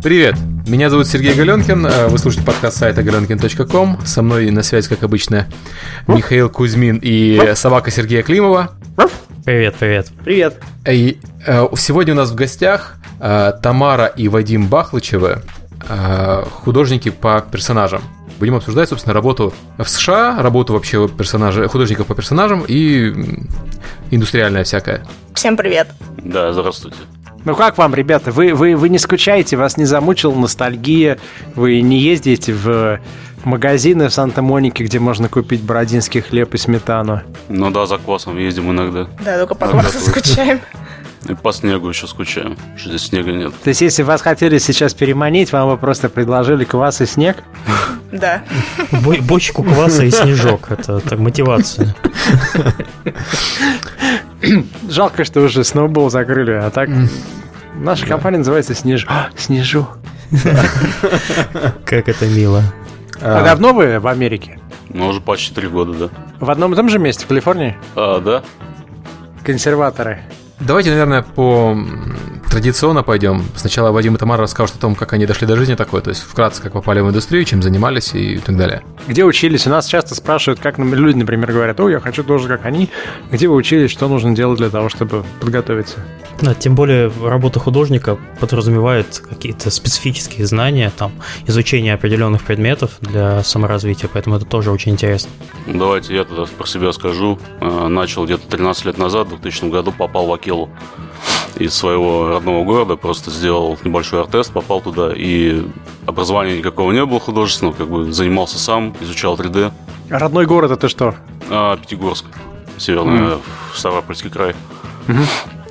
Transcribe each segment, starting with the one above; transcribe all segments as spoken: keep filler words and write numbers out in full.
Привет, меня зовут Сергей Галенкин, вы слушаете подкаст сайта галенкин точка ком. Со мной на связи, как обычно, Михаил Кузьмин и собака Сергея Климова. Привет, привет. Привет. И, э, сегодня у нас в гостях э, Тамара и Вадим Бахлычевы, э, художники по персонажам. Будем обсуждать, собственно, работу в США, работу вообще персонажей, художников по персонажам и индустриальная всякая. Всем привет. Да, здравствуйте. Ну как вам, ребята, вы, вы, вы не скучаете, вас не замучила ностальгия, вы не ездите в магазины в Санта-Монике, где можно купить бородинский хлеб и сметану? Ну да, за квасом ездим иногда. Да, только по квасу скучаем. И по снегу еще скучаем, что здесь снега нет. То есть, если вас хотели сейчас переманить, вам бы просто предложили квас и снег? Да. Бочку кваса и снежок, это так мотивация. Жалко, что уже сноубол закрыли, а так наша компания называется Снеж... Снежу. Как это мило. А давно вы в Америке? Ну, уже почти три года, да. В одном и том же месте, в Калифорнии? А, да. Консерваторы. Давайте, наверное, по традиционно пойдем. Сначала Вадим и Тамара расскажут о том, как они дошли до жизни такой, то есть вкратце, как попали в индустрию, чем занимались и так далее. Где учились? У нас часто спрашивают, как люди, например, говорят: о, я хочу тоже как они. Где вы учились, что нужно делать для того, чтобы подготовиться? Да, тем более работа художника подразумевает какие-то специфические знания, там, изучение определенных предметов для саморазвития, поэтому это тоже очень интересно. Давайте я тогда про себя скажу. Начал где-то тринадцать лет назад, в двухтысячном году попал в Акелу из своего родного города, просто сделал небольшой арт-тест, попал туда, и образования никакого не было художественного, как бы занимался сам, изучал три дэ. А родной город это что? А, Пятигорск, северный, mm. Ставропольский край. Mm-hmm.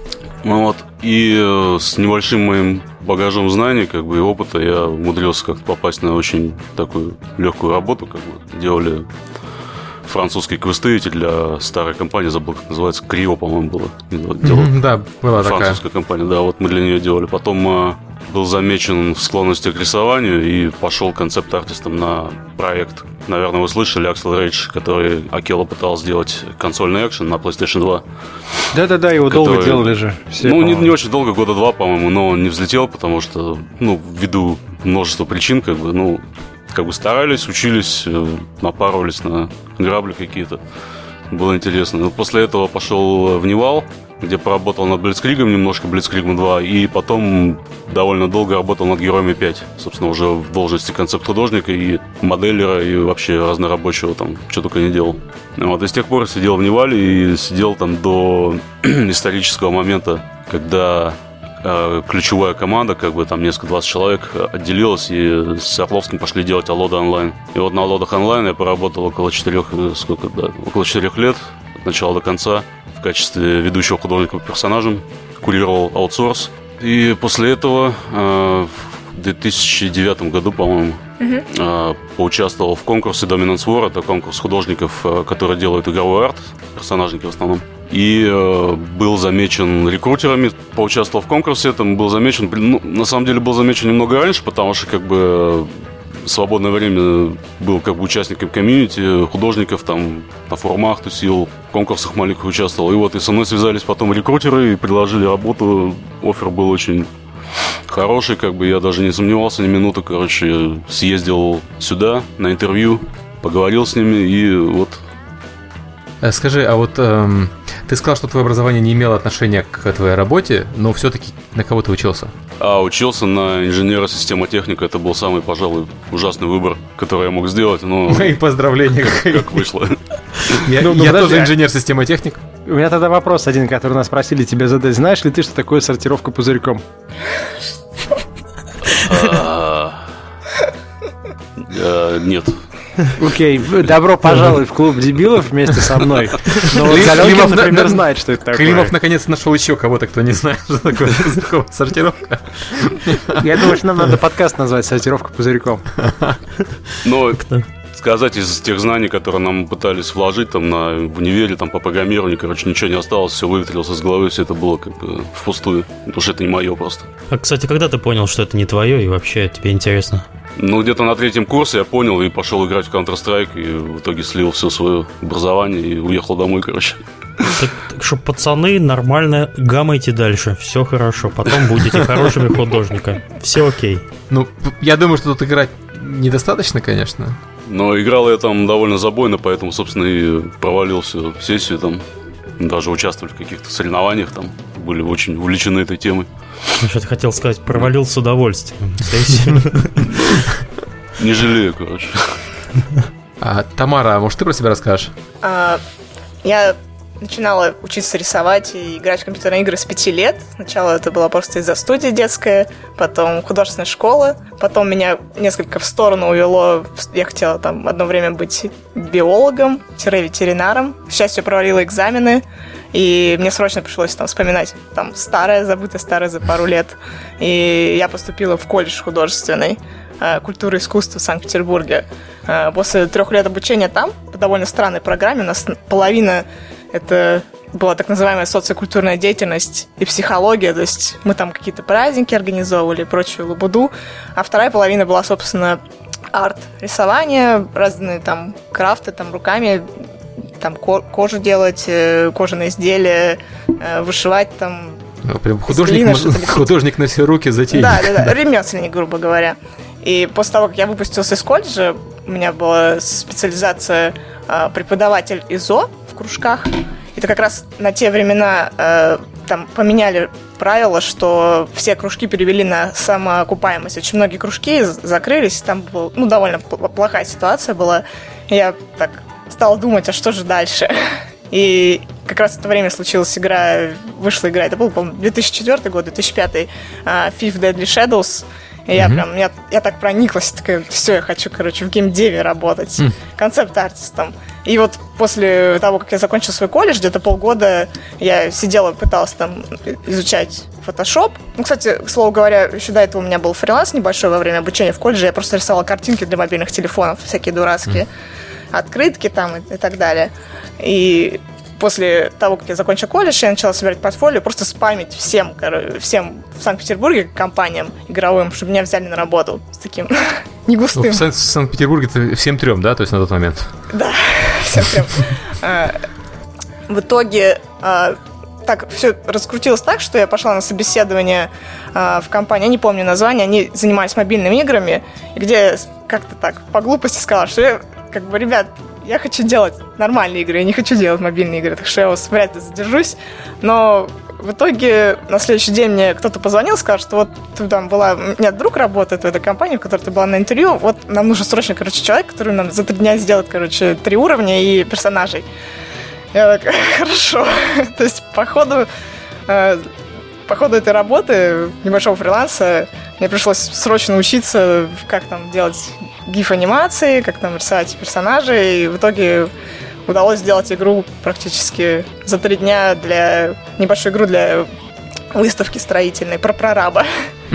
Ну вот, и э, с небольшим моим багажом знаний, как бы, и опыта я умудрился как-то попасть на очень такую легкую работу, как бы, делали французские квесты для старой компании, забыл, как называется, Крио, по-моему, было. Mm-hmm, да, была такая. Французская компания, да, вот мы для нее делали. Потом э, был замечен в склонности к рисованию и пошел концепт-артистом на проект. Наверное, вы слышали Axel Rage, который Акела пыталась сделать консольный экшен на PlayStation два. Да-да-да, его который... долго делали же. Все, ну, не, не очень долго, года два, по-моему, но он не взлетел, потому что, ну, ввиду множества причин, как бы, ну, как бы старались, учились, напарывались на грабли какие-то. Было интересно. Но после этого пошел в Невал, где поработал над Блицкригом немножко, Блицкригом два, и потом довольно долго работал над Героями пять. Собственно, уже в должности концепт-художника и моделлера, и вообще разнорабочего, там, что только не делал. Вот, и с тех пор сидел в Невале и сидел там до исторического момента, когда э, ключевая команда, как бы там несколько-двадцать человек, отделилась и с Орловским пошли делать Алода онлайн. И вот на Алодах онлайн я поработал около четырех, сколько, да, около четырех лет, от начала до конца, в качестве ведущего художника по персонажам, курировал аутсорс. И после этого э, в две тысячи девятом году, по-моему, uh-huh. э, поучаствовал в конкурсе Dominance War. Это конкурс художников, э, которые делают игровой арт, персонажники в основном. И э, был замечен рекрутерами, поучаствовал в конкурсе этом, был замечен, ну, на самом деле был замечен немного раньше, потому что как бы свободное время был как бы участником комьюнити, художников, там на форумах тусил, в конкурсах маленьких участвовал. И вот и со мной связались потом рекрутеры и предложили работу. Оффер был очень хороший, как бы я даже не сомневался ни минуты. Короче, съездил сюда на интервью, поговорил с ними и вот. Скажи, а вот эм, ты сказал, что твое образование не имело отношения к твоей работе, но все-таки на кого ты учился? А учился на инженера-системотехника. Это был самый, пожалуй, ужасный выбор, который я мог сделать. Но мои поздравления. Как, как вышло. Я, ну, ну, я тоже инженер-системотехник. У меня тогда вопрос один, который нас просили тебя задать. Знаешь ли ты, что такое сортировка пузырьком? Нет. Окей, okay, добро пожаловать в клуб дебилов вместе со мной. Но Галенкин, например, знает, что это такое. Климов наконец нашел еще кого-то, кто не знает, что такое сортировка. Я думаю, что нам надо подкаст назвать «Сортировка пузырьком». Но сказать из тех знаний, которые нам пытались вложить там на, в универе, там по программированию, короче, ничего не осталось, все выветрилось из головы, все это было как бы впустую, потому что это не мое просто. А, кстати, когда ты понял, что это не твое и вообще тебе интересно? Ну, где-то на третьем курсе я понял и пошел играть в Counter-Strike, и в итоге слил все свое образование и уехал домой, короче. Так, так что, пацаны, нормально гамайте дальше. Все хорошо. Потом будете хорошими художниками. Все окей. Ну, я думаю, что тут играть недостаточно, конечно. Но играл я там довольно забойно, поэтому, собственно, и провалил всю сессию там. Даже участвовали в каких-то соревнованиях там. Были очень увлечены этой темой. Ну, что ты хотел сказать, провалил с удовольствием. Не жалею, короче. А, Тамара, может, ты про себя расскажешь? А, я начинала учиться рисовать и играть в компьютерные игры с пяти лет. Сначала это была просто из-за студии детская, потом художественная школа, потом меня несколько в сторону увело. Я хотела там одно время быть биологом-ветеринаром. К счастью, провалила экзамены, и мне срочно пришлось там вспоминать там старое, забытое старое за пару лет. И я поступила в колледж художественный культуры и искусства в Санкт-Петербурге. После трех лет обучения там, по довольно странной программе, у нас половина это была так называемая социокультурная деятельность и психология, то есть мы там какие-то праздники организовывали и прочую лабуду, а вторая половина была, собственно, арт, рисование, разные там крафты, там руками, там кожу делать, кожаные изделия, вышивать там. Прям художник, художник на все руки затеял. Да, да, да, ремесленник, грубо говоря. И после того, как я выпустился из колледжа, у меня была специализация э, преподаватель ИЗО в кружках. Это как раз на те времена э, там поменяли правила, что все кружки перевели на самоокупаемость. Очень многие кружки закрылись, там была ну, довольно плохая ситуация была. Я так стала думать, а что же дальше? И как раз в это время случилась игра, вышла игра, это был, по-моему, две тысячи четвёртый год, две тысячи пятый, uh, Fifth Deadly Shadows. И mm-hmm. я прям, я, я так прониклась, такая, все, я хочу, короче, в геймдеве работать, mm. концепт-артистом. И вот после того, как я закончила свой колледж, где-то полгода я сидела, пыталась там изучать Photoshop. Ну, кстати, к слову говоря, еще до этого у меня был фриланс небольшой во время обучения в колледже, я просто рисовала картинки для мобильных телефонов, всякие дурацкие, mm. открытки там и, и так далее. И после того, как я закончила колледж, я начала собирать портфолио, просто спамить всем, всем в Санкт-Петербурге компаниям игровым, чтобы меня взяли на работу с таким не густым. Ну, в Сан- Санкт-Петербурге всем трем, да, то есть на тот момент? Да, всем трем. В итоге так все раскрутилось так, что я пошла на собеседование в компанию, я не помню название, они занимались мобильными играми, где как-то так по глупости сказала, что я, как бы, ребят, я хочу делать нормальные игры, я не хочу делать мобильные игры, так что я вас вряд ли задержусь. Но в итоге на следующий день мне кто-то позвонил, сказал, что вот ты там была... У меня друг работает в этой компании, в которой ты была на интервью. Вот нам нужен срочно, короче, человек, который нам за три дня сделает, короче, три уровня и персонажей. Я так, хорошо. То есть по ходу, э, по ходу этой работы, небольшого фриланса, мне пришлось срочно учиться, как там делать гиф-анимации, как там рисовать персонажей, и в итоге удалось сделать игру практически за три дня для... небольшую игру для выставки строительной про прораба.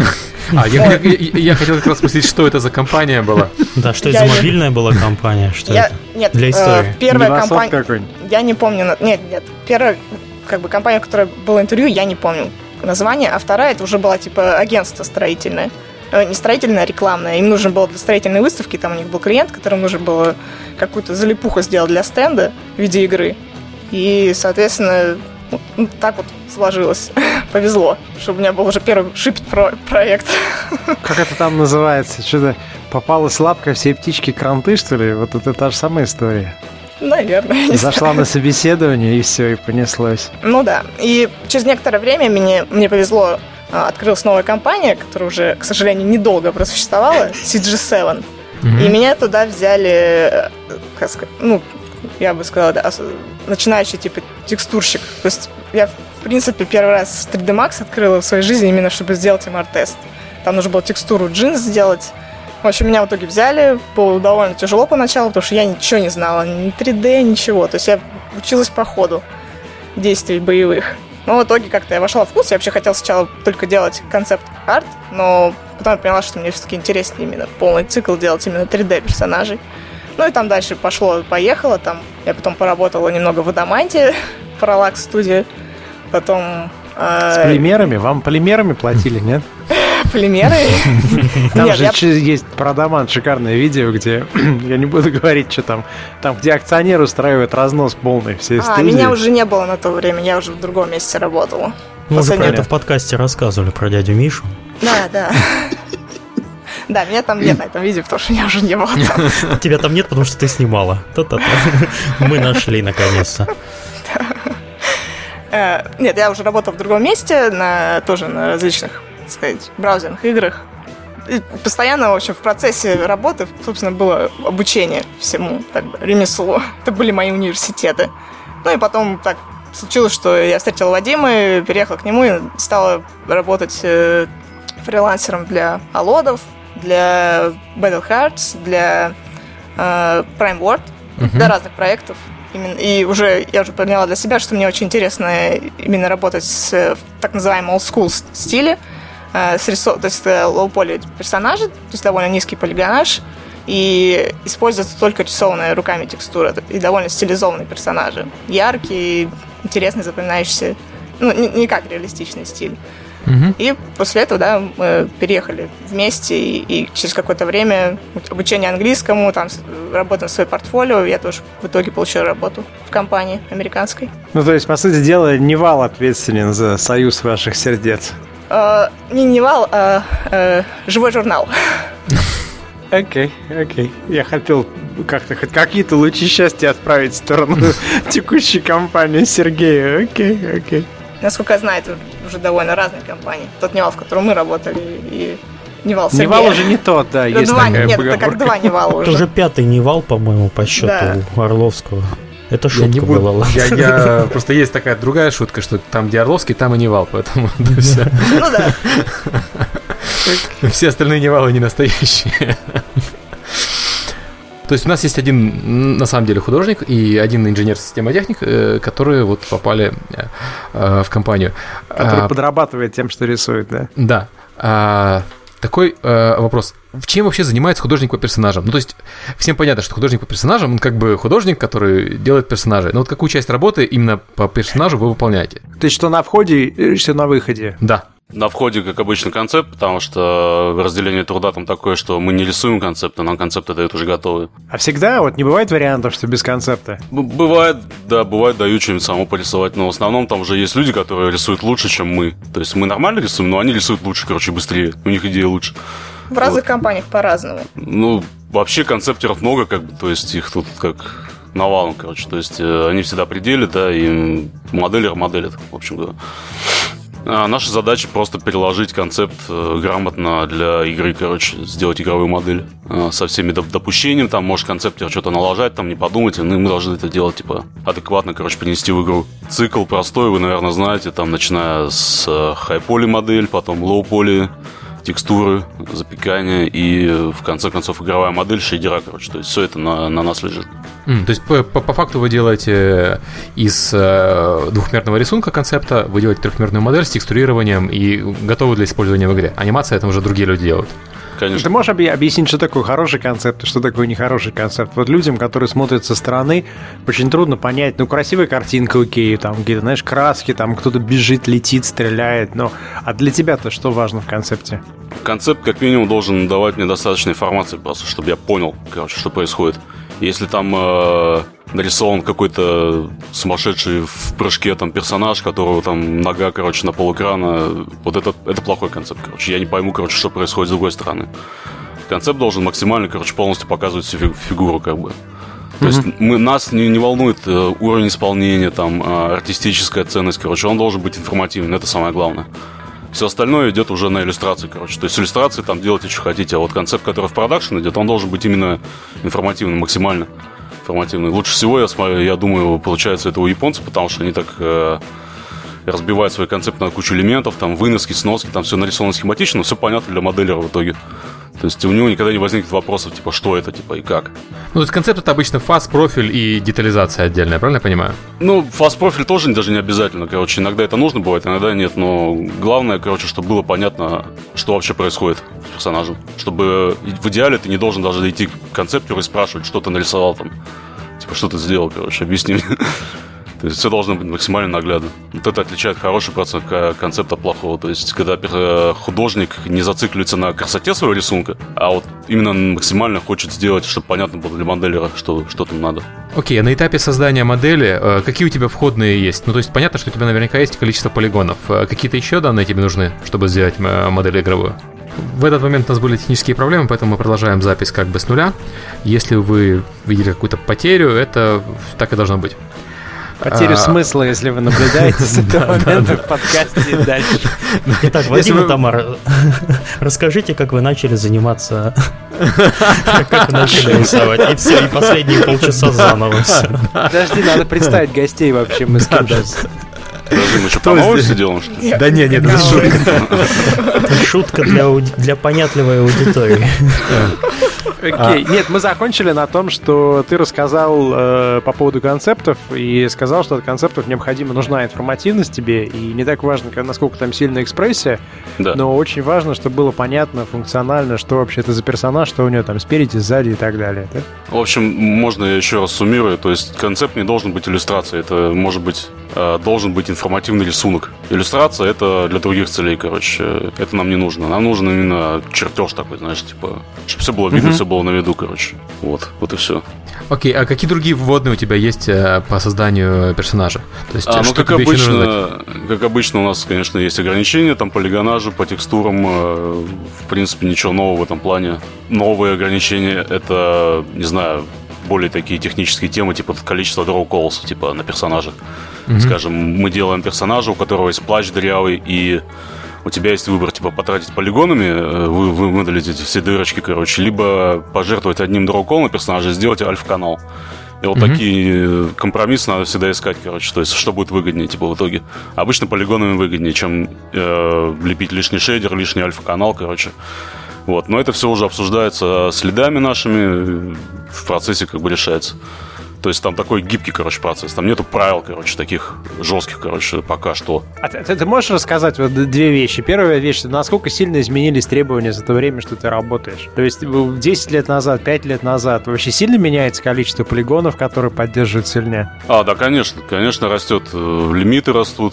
А, я, я, я, я хотел как раз спросить, что это за компания была. Да, что это за мобильная была компания? Что я, это? Нет, для истории. Э, первая компания... Я не помню... Нет, нет. Первая как бы, компания, в которой было интервью, я не помню название, а вторая, это уже была типа агентство строительное. Не строительное, а рекламное. Им нужно было для строительной выставки, там у них был клиент, которому нужно было какую-то залипуху сделать для стенда в виде игры. И, соответственно, ну, так вот сложилось. Повезло, что у меня был уже первый шип-проект. Как это там называется? Что-то попалась лапка, все птички кранты, что ли? Вот это та же самая история. Наверное. Зашла на собеседование, и все, и понеслось. Ну да. И через некоторое время мне, мне повезло, открылась новая компания, которая уже, к сожалению, недолго просуществовала, си джи семь. Mm-hmm. И меня туда взяли, как сказать, ну, я бы сказала, да, начинающий типа текстурщик. То есть я, в принципе, первый раз три дэ Max открыла в своей жизни именно, чтобы сделать эм ар-тест. Там нужно было текстуру джинс сделать. В общем, меня в итоге взяли. Было довольно тяжело поначалу, потому что я ничего не знала. Ни три дэ, ничего. То есть я училась по ходу действий боевых. Но в итоге как-то я вошла в вкус. Я вообще хотела сначала только делать концепт-арт, но потом я поняла, что мне все-таки интереснее именно полный цикл делать именно три дэ персонажей. Ну и там дальше пошло-поехало. Там я потом поработала немного в Адаманте, Parallax Studio. Потом... С полимерами? Вам полимерами платили, нет? полимеры. Там же есть про Доман шикарное видео, где, я не буду говорить, что там, там, где акционер устраивает разнос полный всей студии. А, меня уже не было на то время, я уже в другом месте работала. Мы уже про это в подкасте рассказывали, про дядю Мишу. Да, да. Да, меня там нет на этом видео, потому что меня уже не было там. Тебя там нет, потому что ты снимала. Та-та-та. Мы нашли наконец-то. Нет, я уже работал в другом месте, на, тоже на различных, так сказать, браузерных играх. И постоянно, в общем, в процессе работы, собственно, было обучение всему, так бы, ремеслу. Это были мои университеты. Ну и потом так случилось, что я встретила Вадима, переехала к нему и стала работать э, фрилансером для Алодов, для Battle Hearts, для э, Prime World, uh-huh. для разных проектов. Именно, и уже я уже поняла для себя, что мне очень интересно именно работать с, в так называемом old school стиле, э, с рисов... то есть low-poly персонажи, то есть довольно низкий полигонаж, и используются только рисованные руками текстуры, и довольно стилизованные персонажи. Яркие, интересные, запоминающиеся, ну, не, не как реалистичный стиль. Uh-huh. И после этого, да, мы переехали вместе, и, и через какое-то время обучение английскому, там, работа на свое портфолио, я тоже в итоге получила работу в компании американской. Ну, то есть, по сути дела, Невал ответственен за союз ваших сердец. Uh, не Невал, а uh, живой журнал. Окей, okay, окей. Okay. Я хотел как-то хоть какие-то лучи счастья отправить в сторону текущей компании Сергея. Окей, okay, окей. Okay. Насколько я знаю, это уже довольно разные компании. Тот Невал, в котором мы работали, и Невал Сергея. Невал уже не тот, да, есть два, такая нет, поговорка. это как два Невала уже. Это уже пятый Невал, по-моему, по счету да. у Орловского. Это шутка я не была. Буду, я, я, просто есть такая другая шутка, что там, где Орловский, там и Невал, поэтому все. Ну да. Все остальные Невалы не настоящие. То есть у нас есть один, на самом деле, художник и один инженер-системотехник, которые вот попали в компанию. Который а, подрабатывает тем, что рисует, да? Да. А, такой а, вопрос. Чем вообще занимается художник по персонажам? Ну, то есть, всем понятно, что художник по персонажам, он как бы художник, который делает персонажей. Но вот какую часть работы именно по персонажу вы выполняете? То есть, что на входе или что на выходе? Да. На входе, как обычно, концепт, потому что разделение труда там такое, что мы не рисуем концепты, нам концепты дают уже готовые. А всегда вот не бывает вариантов, что без концепта? Б- бывает, да, бывает, дают что-нибудь само порисовать, но в основном там уже есть люди, которые рисуют лучше, чем мы. То есть мы нормально рисуем, но они рисуют лучше, короче, быстрее, у них идеи лучше. В разных вот. компаниях по-разному. Ну, вообще концептеров много, как бы, то есть их тут как навалом, короче, то есть они всегда при деле, да, и моделер моделит, в общем, да. А наша задача просто переложить концепт э, грамотно для игры, короче, сделать игровую модель э, со всеми доп- допущениями, там, может, концептер что-то налажать, там, не подумать, ну, мы должны это делать, типа, адекватно, короче, принести в игру. Цикл простой, вы, наверное, знаете, там, начиная с э, хай-поли модель, потом лоу-поли, текстуры, запекание и, в конце концов, игровая модель, шейдера, короче, то есть все это на, на нас лежит. Mm, то есть по, по, по факту вы делаете из э, двухмерного рисунка концепта, вы делаете трехмерную модель с текстурированием и готовы для использования в игре. Анимация это уже другие люди делают. Конечно. Ты можешь объяснить, что такое хороший концепт и что такое нехороший концепт? Вот людям, которые смотрят со стороны, очень трудно понять, ну, красивая картинка, окей, там какие-то, знаешь, краски, там кто-то бежит, летит, стреляет, но... А для тебя-то что важно в концепте? Концепт, как минимум, должен давать мне достаточно информации просто, чтобы я понял, короче, что происходит. Если там э, нарисован какой-то сумасшедший в прыжке там персонаж, которого там нога, короче, на полэкрана, вот это, это плохой концепт, короче. Я не пойму, короче, что происходит с другой стороны. Концепт должен максимально, короче, полностью показывать всю фигуру, как бы. То mm-hmm. есть мы, нас не, не волнует э, уровень исполнения, там, э, артистическая ценность, короче, он должен быть информативным, это самое главное. Все остальное идет уже на иллюстрации, короче. То есть иллюстрации там делайте, что хотите. А вот концепт, который в продакшн идет, он должен быть именно информативным, максимально информативный. Лучше всего, я, смотрю, я думаю, получается это у японцев, потому что они так э, разбивают свой концепт на кучу элементов, там выноски, сноски, там все нарисовано схематично, но все понятно для моделера в итоге. То есть у него никогда не возникнет вопросов, типа, что это, типа, и как. Ну, то есть концепт это обычно фаз, профиль и детализация отдельная, правильно я понимаю? Ну, фаз-профиль тоже даже не обязательно, короче, иногда это нужно бывает, иногда нет, но главное, короче, чтобы было понятно, что вообще происходит с персонажем. Чтобы в идеале ты не должен даже дойти к концептеру и спрашивать, что ты нарисовал там. Типа, что ты сделал, короче, объясни мне. То есть все должно быть максимально наглядно. Вот это отличает хороший процесс концепт от плохого. То есть когда художник не зацикливается на красоте своего рисунка, а вот именно максимально хочет сделать, чтобы понятно было для моделера, что, что там надо. Окей, а на этапе создания модели какие у тебя входные есть? Ну, то есть понятно, что у тебя наверняка есть количество полигонов. Какие-то еще данные тебе нужны, чтобы сделать модель игровую? В этот момент у нас были технические проблемы, поэтому мы продолжаем запись как бы с нуля. Если вы видели какую-то потерю, это так и должно быть. Потерю а... смысла, если вы наблюдаете с этого момента в подкасте и дальше. Итак, Вадим и Тамара, расскажите, как вы начали заниматься, как вы начали рисовать. И все, и последние полчаса заново. Подожди, надо представить гостей вообще, мы с кем сейчас... Подожди, мы что, по новой все делаем, что ли? Да нет, нет, это шутка. Шутка для понятливой аудитории. Окей, okay. а. Нет, мы закончили на том, что ты рассказал э, по поводу концептов и сказал, что от концептов необходимо нужна информативность тебе, и не так важно, насколько там сильная экспрессия, да. Но очень важно, чтобы было понятно, функционально, что вообще это за персонаж, что у него там спереди, сзади и так далее. Да? В общем, можно я еще раз суммирую, то есть концепт не должен быть иллюстрацией, это может быть э, должен быть информативный рисунок. Иллюстрация — это для других целей, короче, это нам не нужно. Нам нужен именно чертеж такой, знаешь, типа, чтобы все было видно, mm-hmm. все было на виду, короче. Вот, вот и все. Окей, а какие другие вводные у тебя есть э, по созданию персонажа? То есть, а, ну, как обычно, как обычно, у нас, конечно, есть ограничения там по полигонажу, по текстурам. Э, в принципе, ничего нового в этом плане. Новые ограничения — это, не знаю, более такие технические темы, типа количество draw calls, типа на персонажа. Mm-hmm. Скажем, мы делаем персонажа, у которого есть плащ дырявый, и у тебя есть выбор, типа, потратить полигонами, вы, вы выдалить эти все дырочки, короче, либо пожертвовать одним draw call на персонажа и сделать альфа-канал. И вот mm-hmm. такие компромиссы надо всегда искать, короче, то есть что будет выгоднее, типа, в итоге. Обычно полигонами выгоднее, чем э, лепить лишний шейдер, лишний альфа-канал, короче. Вот, но это все уже обсуждается с лидами нашими, в процессе как бы решается. То есть там такой гибкий, короче, процесс. Там нету правил, короче, таких жестких, короче, пока что. А ты, ты можешь рассказать вот две вещи? Первая вещь, насколько сильно изменились требования за то время, что ты работаешь? То есть десять лет назад, пять лет назад вообще сильно меняется количество полигонов, которые поддерживают сильнее? А, да, конечно. Конечно, растет, лимиты растут.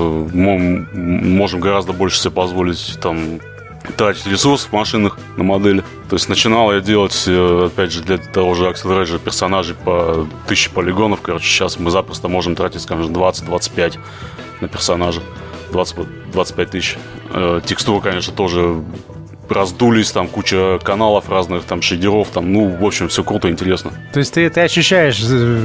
Мы можем гораздо больше себе позволить там тратить ресурс в машинах на модели. То есть начинал я делать, опять же, для того же Axel Rage персонажей по тысяче полигонов. Короче, сейчас мы запросто можем тратить, скажем, двадцать-двадцать пять на персонажа. двадцать пять тысяч. Текстуры, конечно, тоже раздулись, там куча каналов разных, там шейдеров, там, ну, в общем, все круто, интересно. То есть ты, ты ощущаешь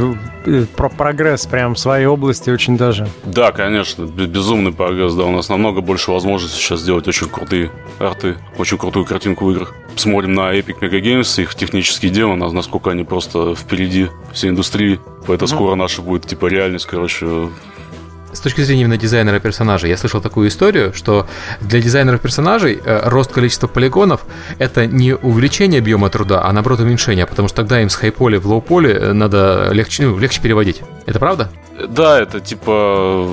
про прогресс прям в своей области очень даже? Да, конечно, безумный прогресс, да, у нас намного больше возможностей сейчас сделать очень крутые арты, очень крутую картинку в играх. Смотрим на Epic Mega Games, их технические демы, насколько они просто впереди всей индустрии, поэтому mm-hmm. скоро наша будет, типа, реальность, короче. С точки зрения именно дизайнера персонажей, я слышал такую историю, что для дизайнеров персонажей э, рост количества полигонов — это не увеличение объема труда, а наоборот уменьшение, потому что тогда им с хай-поли в лоу-поли надо легче, ну, легче переводить. Это правда? Да, это типа,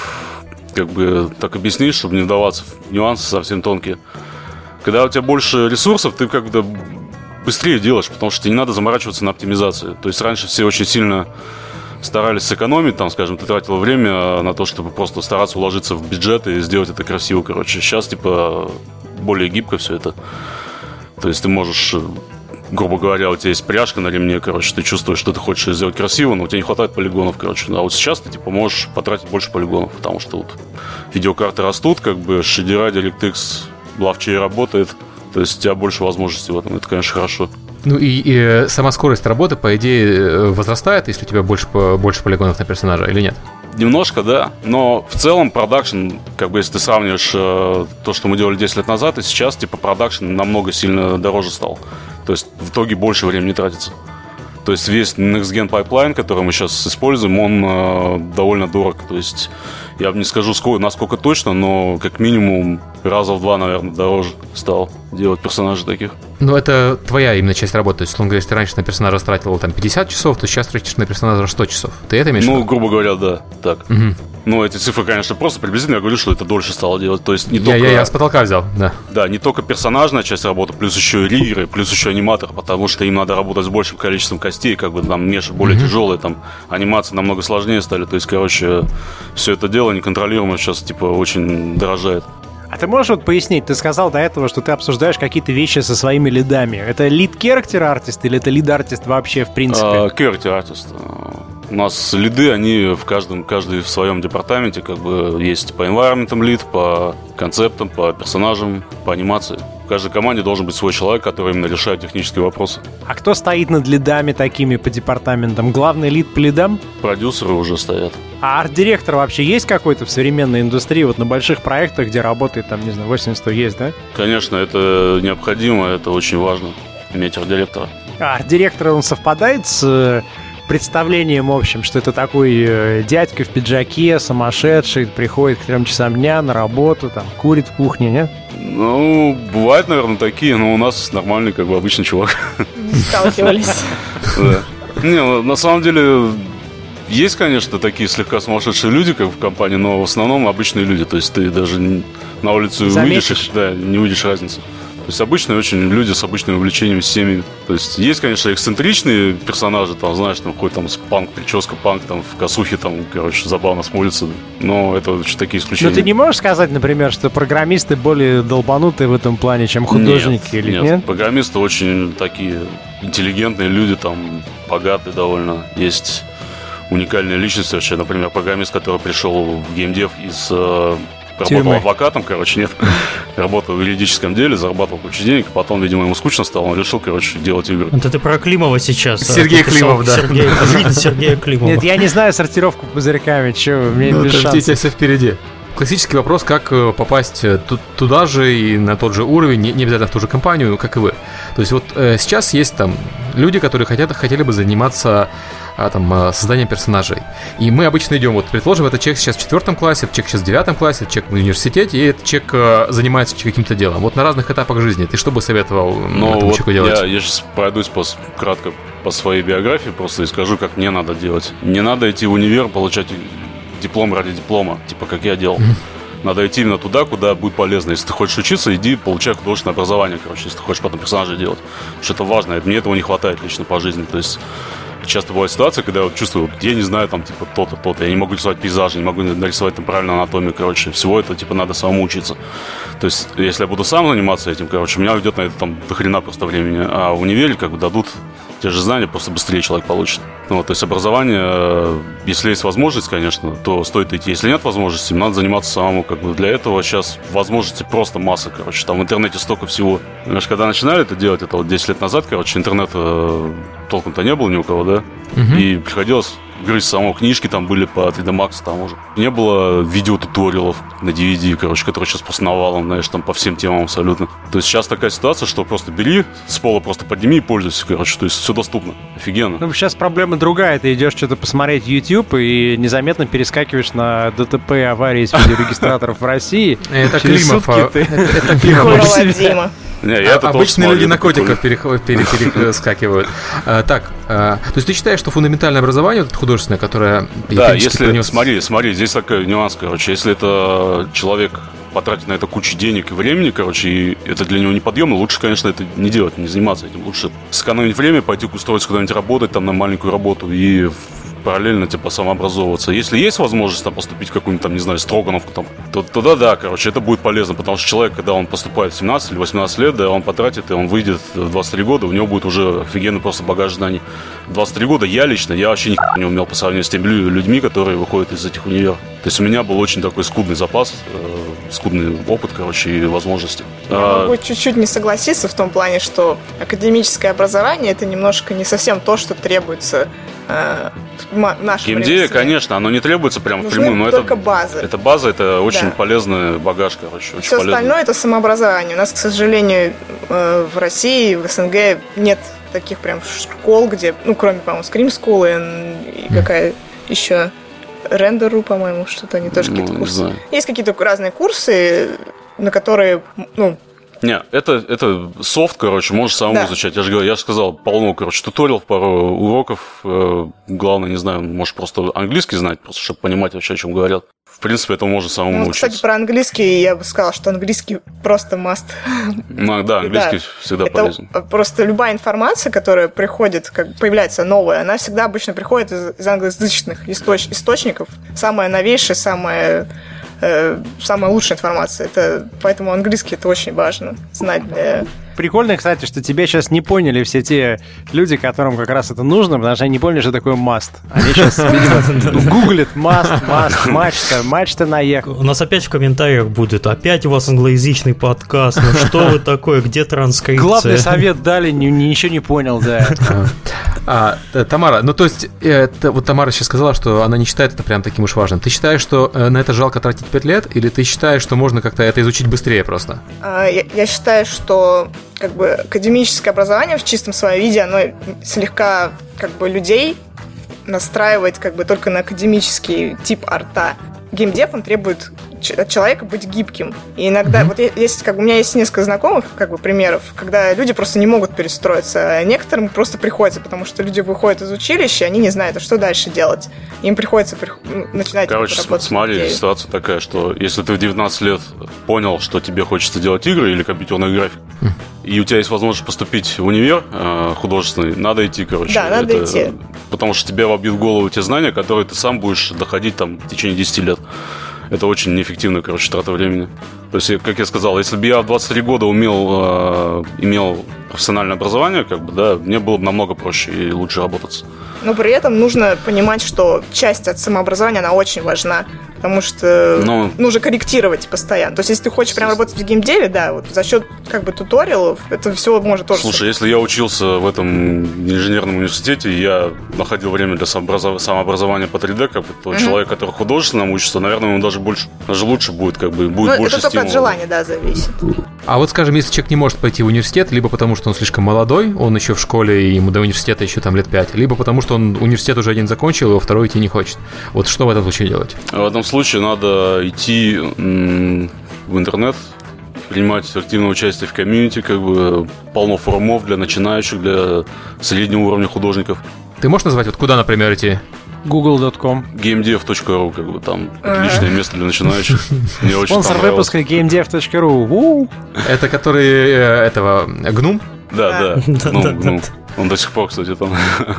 как бы так объяснить, чтобы не вдаваться в нюансы совсем тонкие. Когда у тебя больше ресурсов, ты как бы быстрее делаешь, потому что тебе не надо заморачиваться на оптимизацию. То есть раньше все очень сильно старались сэкономить, там, скажем, ты тратил время на то, чтобы просто стараться уложиться в бюджет и сделать это красиво, короче. Сейчас, типа, более гибко все это. То есть ты можешь, грубо говоря, у тебя есть пряжка на ремне, короче, ты чувствуешь, что ты хочешь сделать красиво, но у тебя не хватает полигонов, короче. А вот сейчас ты, типа, можешь потратить больше полигонов, потому что вот видеокарты растут, как бы, шейдера, DirectX ловчее работает, то есть у тебя больше возможностей в этом, это, конечно, хорошо. Ну и, и сама скорость работы, по идее, возрастает, если у тебя больше, больше полигонов на персонажа, или нет? Немножко, да. Но в целом продакшн, как бы если ты сравниваешь э, то, что мы делали десять лет назад, и сейчас, типа, продакшн намного сильно дороже стал. То есть в итоге больше времени тратится. То есть весь Next-Gen Pipeline, который мы сейчас используем, он э, довольно дорог. То есть я не скажу, сколько, насколько точно, но как минимум раза в два, наверное, дороже стал делать персонажей таких. Ну, это твоя именно часть работы. То есть, он говорит, ты раньше на персонажа тратил там пятьдесят часов, то сейчас тратишь на персонажа сто часов. Ты это имеешь в виду? Ну, грубо говоря, да, так. Угу. Ну, эти цифры, конечно, просто приблизительно. Я говорю, что это дольше стало делать. То есть не я, только... Я, я с потолка взял, да. Да, не только персонажная часть работы, плюс еще и риггеры, плюс еще аниматор, потому что им надо работать с большим количеством костей, как бы там меши более mm-hmm. тяжелые, там анимации намного сложнее стали. То есть, короче, все это дело неконтролируемо сейчас, типа, очень дорожает. А ты можешь вот пояснить, ты сказал до этого, что ты обсуждаешь какие-то вещи со своими лидами. Это лид-керактер-артист или это лид-артист вообще в принципе? Керактер-артист. У нас лиды, они в каждом, каждый в своем департаменте, как бы есть по environment'ам лид, по концептам, по персонажам, по анимации. В каждой команде должен быть свой человек, который именно решает технические вопросы. А кто стоит над лидами такими по департаментам? Главный лид по лидам? Продюсеры уже стоят. А арт-директор вообще есть какой-то в современной индустрии? Вот на больших проектах, где работает, там, не знаю, восемьдесят есть, да? Конечно, это необходимо, это очень важно, иметь арт-директора. А арт-директор, он совпадает с представлением общим, что это такой э, дядька в пиджаке, сумасшедший, приходит к трем часам дня на работу, там, курит в кухне, нет? Ну, бывают, наверное, такие, но у нас нормальный, как бы, обычный чувак. Не сталкивались. Да. Не, на самом деле, есть, конечно, такие слегка сумасшедшие люди, как в компании, но в основном обычные люди. То есть ты даже на улицу увидишь их, да, не увидишь разницы. То есть обычные очень люди с обычными увлечениями, с семьями. То есть есть, конечно, эксцентричные персонажи, там, знаешь, там ходит там с панк, прическа панк, там, в косухе, там, короче, забавно смотрится. Но это очень такие исключения. Но ты не можешь сказать, например, что программисты более долбанутые в этом плане, чем художники, нет, или нет? нет? Программисты очень такие интеллигентные люди, там, богатые довольно. Есть уникальные личности вообще. Например, программист, который пришел в геймдев из... Работал Тюрьмы. адвокатом, короче, нет. Работал в юридическом деле, зарабатывал кучу денег. Потом, видимо, ему скучно стало, он решил, короче, делать игры. Это ты про Климова сейчас. Сергей Климов, да. Сергей, жизнь Сергея Климова. Нет, я не знаю сортировку пузырьками, что, мне Ну, без это шансов. все впереди. Классический вопрос, как э, попасть э, ту- туда же и на тот же уровень, не, не обязательно в ту же компанию, как и вы. То есть вот э, сейчас есть там люди, которые хотят, хотели бы заниматься а, там, э, созданием персонажей. И мы обычно идем, вот предположим, это человек сейчас в четвертом классе, это человек сейчас в девятом классе, это человек в университете, и этот человек э, занимается каким-то делом. Вот на разных этапах жизни. Ты что бы советовал Но этому вот человеку делать? Я, я сейчас пройдусь по, кратко по своей биографии просто и скажу, как мне надо делать. Не надо идти в универ, получать диплом ради диплома, типа как я делал. Надо идти именно туда, куда будет полезно. Если ты хочешь учиться, иди получай художественное образование, короче, если ты хочешь потом персонажей делать. Потому что это важно, мне этого не хватает лично по жизни. То есть часто бывает ситуация, когда я вот чувствую, вот, я не знаю, там, типа, то-то, то-то, я не могу рисовать пейзажи, не могу нарисовать там правильную анатомию, короче, всего это, типа, надо самому учиться. То есть, если я буду сам заниматься этим, короче, у меня уйдет на это там до хрена просто времени, а в универе, как бы, дадут те же знания, просто быстрее человек получит. Ну, вот, то есть, образование, если есть возможность, конечно, то стоит идти. Если нет возможности, надо заниматься самому, как бы, для этого сейчас возможностей просто масса, короче, там в интернете столько всего. Знаешь, когда начинали это делать, это вот десять лет назад, короче, интернета толком-то не было ни у кого, да? Uh-huh. И приходилось грызть самого. Книжки там были по три дэ Max там уже. Не было видеотуториалов на ди ви ди, короче, которые сейчас просто навалом, знаешь, там по всем темам абсолютно. То есть сейчас такая ситуация, что просто бери, с пола просто подними и пользуйся, короче. То есть все доступно. Офигенно. Ну, сейчас проблема другая. Ты идешь что-то посмотреть YouTube и незаметно перескакиваешь на ДТП и аварии с видеорегистраторов в России. Это Климов. Это Климов. Не, я это обычные люди на котиков перескакивают. Так, то есть ты считаешь, что фундаментальное образование художественное, которое... Да, если... Смотри, смотри, здесь такой нюанс, короче. Если это человек потратит на это кучу денег и времени, короче, и это для него неподъемно, лучше, конечно, это не делать, не заниматься этим. Лучше сэкономить время, пойти устроиться куда-нибудь работать, там, на маленькую работу и параллельно, типа, самообразовываться. Если есть возможность там поступить в какую-нибудь, там, не знаю, Строгановку, там, то тогда да, короче, это будет полезно, потому что человек, когда он поступает в семнадцать или восемнадцать лет, да, он потратит, и он выйдет в двадцать три года, у него будет уже офигенный просто багаж знаний. В двадцать три года я лично, я вообще ни не умел по сравнению с теми людьми, которые выходят из этих универов. То есть у меня был очень такой скудный запас, э, скудный опыт, короче, и возможности. Я а... могу чуть-чуть не согласиться в том плане, что академическое образование — это немножко не совсем то, что требуется э, в нашем геймдеве, конечно, оно не требуется прям впрямую, но только это база. Это база, это очень да. полезный багаж, короче, очень Все полезный. остальное — это самообразование. У нас, к сожалению, э, в России, в СНГ нет таких прям школ, где, ну, кроме, по-моему, Scream School и, и какая еще... Рендеру, по-моему, что-то они тоже ну, какие-то курсы. Есть какие-то разные курсы, на которые, ну... Не, это, это софт, короче, можешь самому да. изучать. Я же говорю, я же сказал, полно, короче, туториалов, пару уроков. Главное, не знаю, можешь просто английский знать, просто чтобы понимать вообще, о чем говорят. В принципе, это можно самому ну, научиться. Кстати, про английский я бы сказала, что английский просто must. Ну, да, английский да. всегда это полезен. Просто любая информация, которая приходит, как появляется новая, она всегда обычно приходит из, из англоязычных источ- источников. Самая новейшая, самая... самая лучшая информация. Это, поэтому английский это очень важно знать для... Прикольно, кстати, что тебя сейчас не поняли все те люди, которым как раз это нужно, потому что они не поняли, что такое must. Они сейчас, видимо, гуглят must, must, мачта, мачта наехал. У нас опять в комментариях будет, опять у вас англоязычный подкаст, ну что вы такое, где транскрипция? Главный совет дали, ничего не понял, да. А, Тамара, ну то есть, это, вот Тамара сейчас сказала, что она не считает это прям таким уж важным. Ты считаешь, что на это жалко тратить пять лет, или ты считаешь, что можно как-то это изучить быстрее просто? А, я, я считаю, что как бы академическое образование в чистом своем виде, оно слегка как бы людей настраивает как бы только на академический тип арта. Геймдев, он требует от человека быть гибким. И иногда, mm-hmm. вот есть, как бы, у меня есть несколько знакомых, как бы, примеров, когда люди просто не могут перестроиться, а некоторым просто приходится, потому что люди выходят из училища, они не знают, а что дальше делать. Им приходится при... начинать Короче, работать. Смотри, ситуация такая, что если ты в девятнадцать лет понял, что тебе хочется делать игры или компьютерную графику, mm. и у тебя есть возможность поступить в универ э, художественный, надо идти, короче. Да, надо это, идти. Потому что тебе вобьют в голову те знания, которые ты сам будешь доходить там в течение десяти лет. Это очень неэффективная, короче, трата времени. То есть, как я сказал, если бы я в двадцать три года умел, э, имел профессиональное образование, как бы, да, мне было бы намного проще и лучше работать. Но при этом нужно понимать, что часть от самообразования, она очень важна, потому что Но... нужно корректировать постоянно. То есть, если ты хочешь прям работать в геймдеве, да, вот за счет как бы туториалов, это все может тоже... Слушай, если я учился в этом инженерном университете, я находил время для самообразов... самообразования по три дэ, как бы, то mm-hmm. человек, который художественно учится, наверное, ему даже больше, даже лучше будет, как бы, будет Но больше это стимула. только от желания, да, зависит. А вот, скажем, если человек не может пойти в университет, либо потому, что он слишком молодой, он еще в школе, и ему до университета еще там лет пять, либо потому, что он университет уже один закончил, и во второй идти не хочет. Вот что в этом случае делать? В этом случае надо идти м- в интернет, принимать активное участие в комьюнити, как бы полно форумов для начинающих, для среднего уровня художников. Ты можешь назвать, вот куда, например, идти? гугл точка ком геймдев точка ру, как бы там отличное место для начинающих. Мне очень спонсор выпуска геймдев точка ру. Это который этого Гнум? Да, да, Гнум, Гнум. Он до сих пор, кстати, там.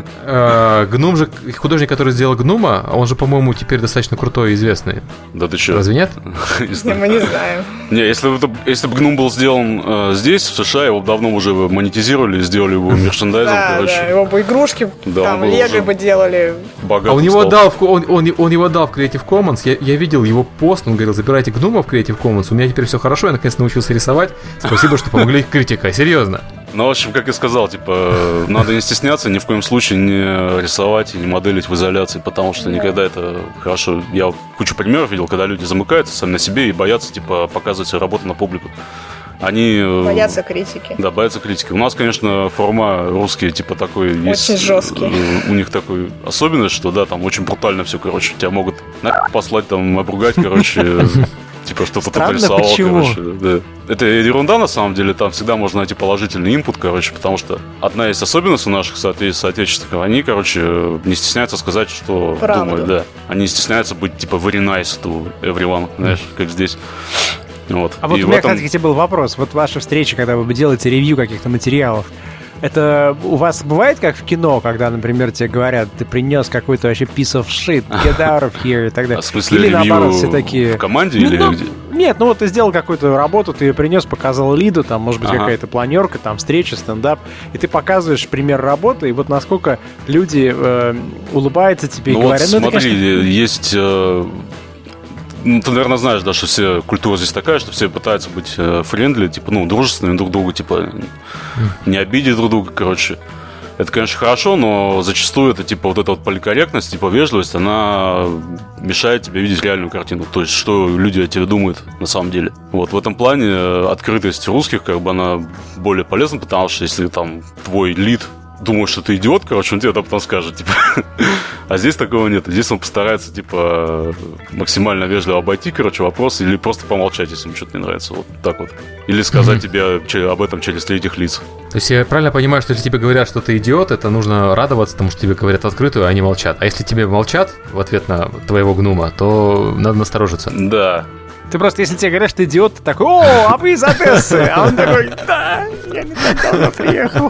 Гнум же, художник, который сделал Гнума, он же, по-моему, теперь достаточно крутой и известный. Да ты что? Разве нет? Мы не знаем. Не, если бы, если бы Гнум был сделан э, здесь, в США, его давно уже монетизировали, сделали его мерчендайзом, да, короче. Да, его бы игрушки, да, там, лего бы делали. А он его, дал в, он, он, он его дал в Creative Commons, я, я видел его пост, он говорил, забирайте Гнума в Creative Commons, у меня теперь все хорошо, я наконец научился рисовать, спасибо, что помогли критика, серьезно. Ну, в общем, как я сказал, типа, надо не стесняться, ни в коем случае не рисовать и не моделить в изоляции, потому что никогда это хорошо. Я кучу примеров видел, когда люди замыкаются сами на себе и боятся, типа, показывать свою работу на публику. Они... Боятся критики. Да, боятся критики. У нас, конечно, форма русские, типа, такой... Очень есть, жесткий. У них такой особенность, что, да, там очень брутально все, короче. Тебя могут на послать, там, обругать, короче... Типа, что-то тут рисовал, короче. Да. Это ерунда, на самом деле. Там всегда можно найти положительный инпут, короче, потому что одна из особенностей наших соотече- соотечественников, они, короче, не стесняются сказать, что Правду. думают, да. Они не стесняются быть, типа, very nice to everyone, знаешь, как здесь. Вот. А вот И у меня, этом... кстати, был вопрос. Вот ваша встреча, когда вы делаете ревью каких-то материалов, это у вас бывает как в кино, когда, например, тебе говорят, ты принес какой-то вообще piece of shit, get out of here и так далее? А в смысле или ревью наоборот, все такие... в команде ну, или ну, где? Нет, ну вот ты сделал какую-то работу, ты ее принес, показал лиду, там, может быть, ага. какая-то планерка, там, встреча, стендап, и ты показываешь пример работы, и вот насколько люди э, улыбаются тебе ну и говорят... Вот ну, смотри, это, конечно... есть... Э... Ну, ты, наверное, знаешь, да, что все культура здесь такая, что все пытаются быть френдли, типа, ну, дружественными друг к другу, типа, не обидеть друг друга, короче. Это, конечно, хорошо, но зачастую это, типа, вот эта вот поликорректность, типа, вежливость, она мешает тебе видеть реальную картину. То есть, что люди о тебе думают на самом деле. Вот, в этом плане открытость русских, как бы, она более полезна, потому что если там твой лид думает, что ты идиот, короче, он тебе потом скажет, типа... А здесь такого нет. Здесь он постарается, типа, максимально вежливо обойти, короче, вопрос, или просто помолчать, если ему что-то не нравится. Вот так вот. Или сказать mm-hmm. тебе об этом через третьих лиц. То есть я правильно понимаю, что если тебе говорят, что ты идиот, это нужно радоваться, потому что тебе говорят открытую, а они молчат. А если тебе молчат в ответ на твоего гнума, то надо насторожиться. Да. Ты просто, если тебе говорят, что ты идиот, ты такой: о, а вы из Одессы! А он такой: да, я не так давно приехал.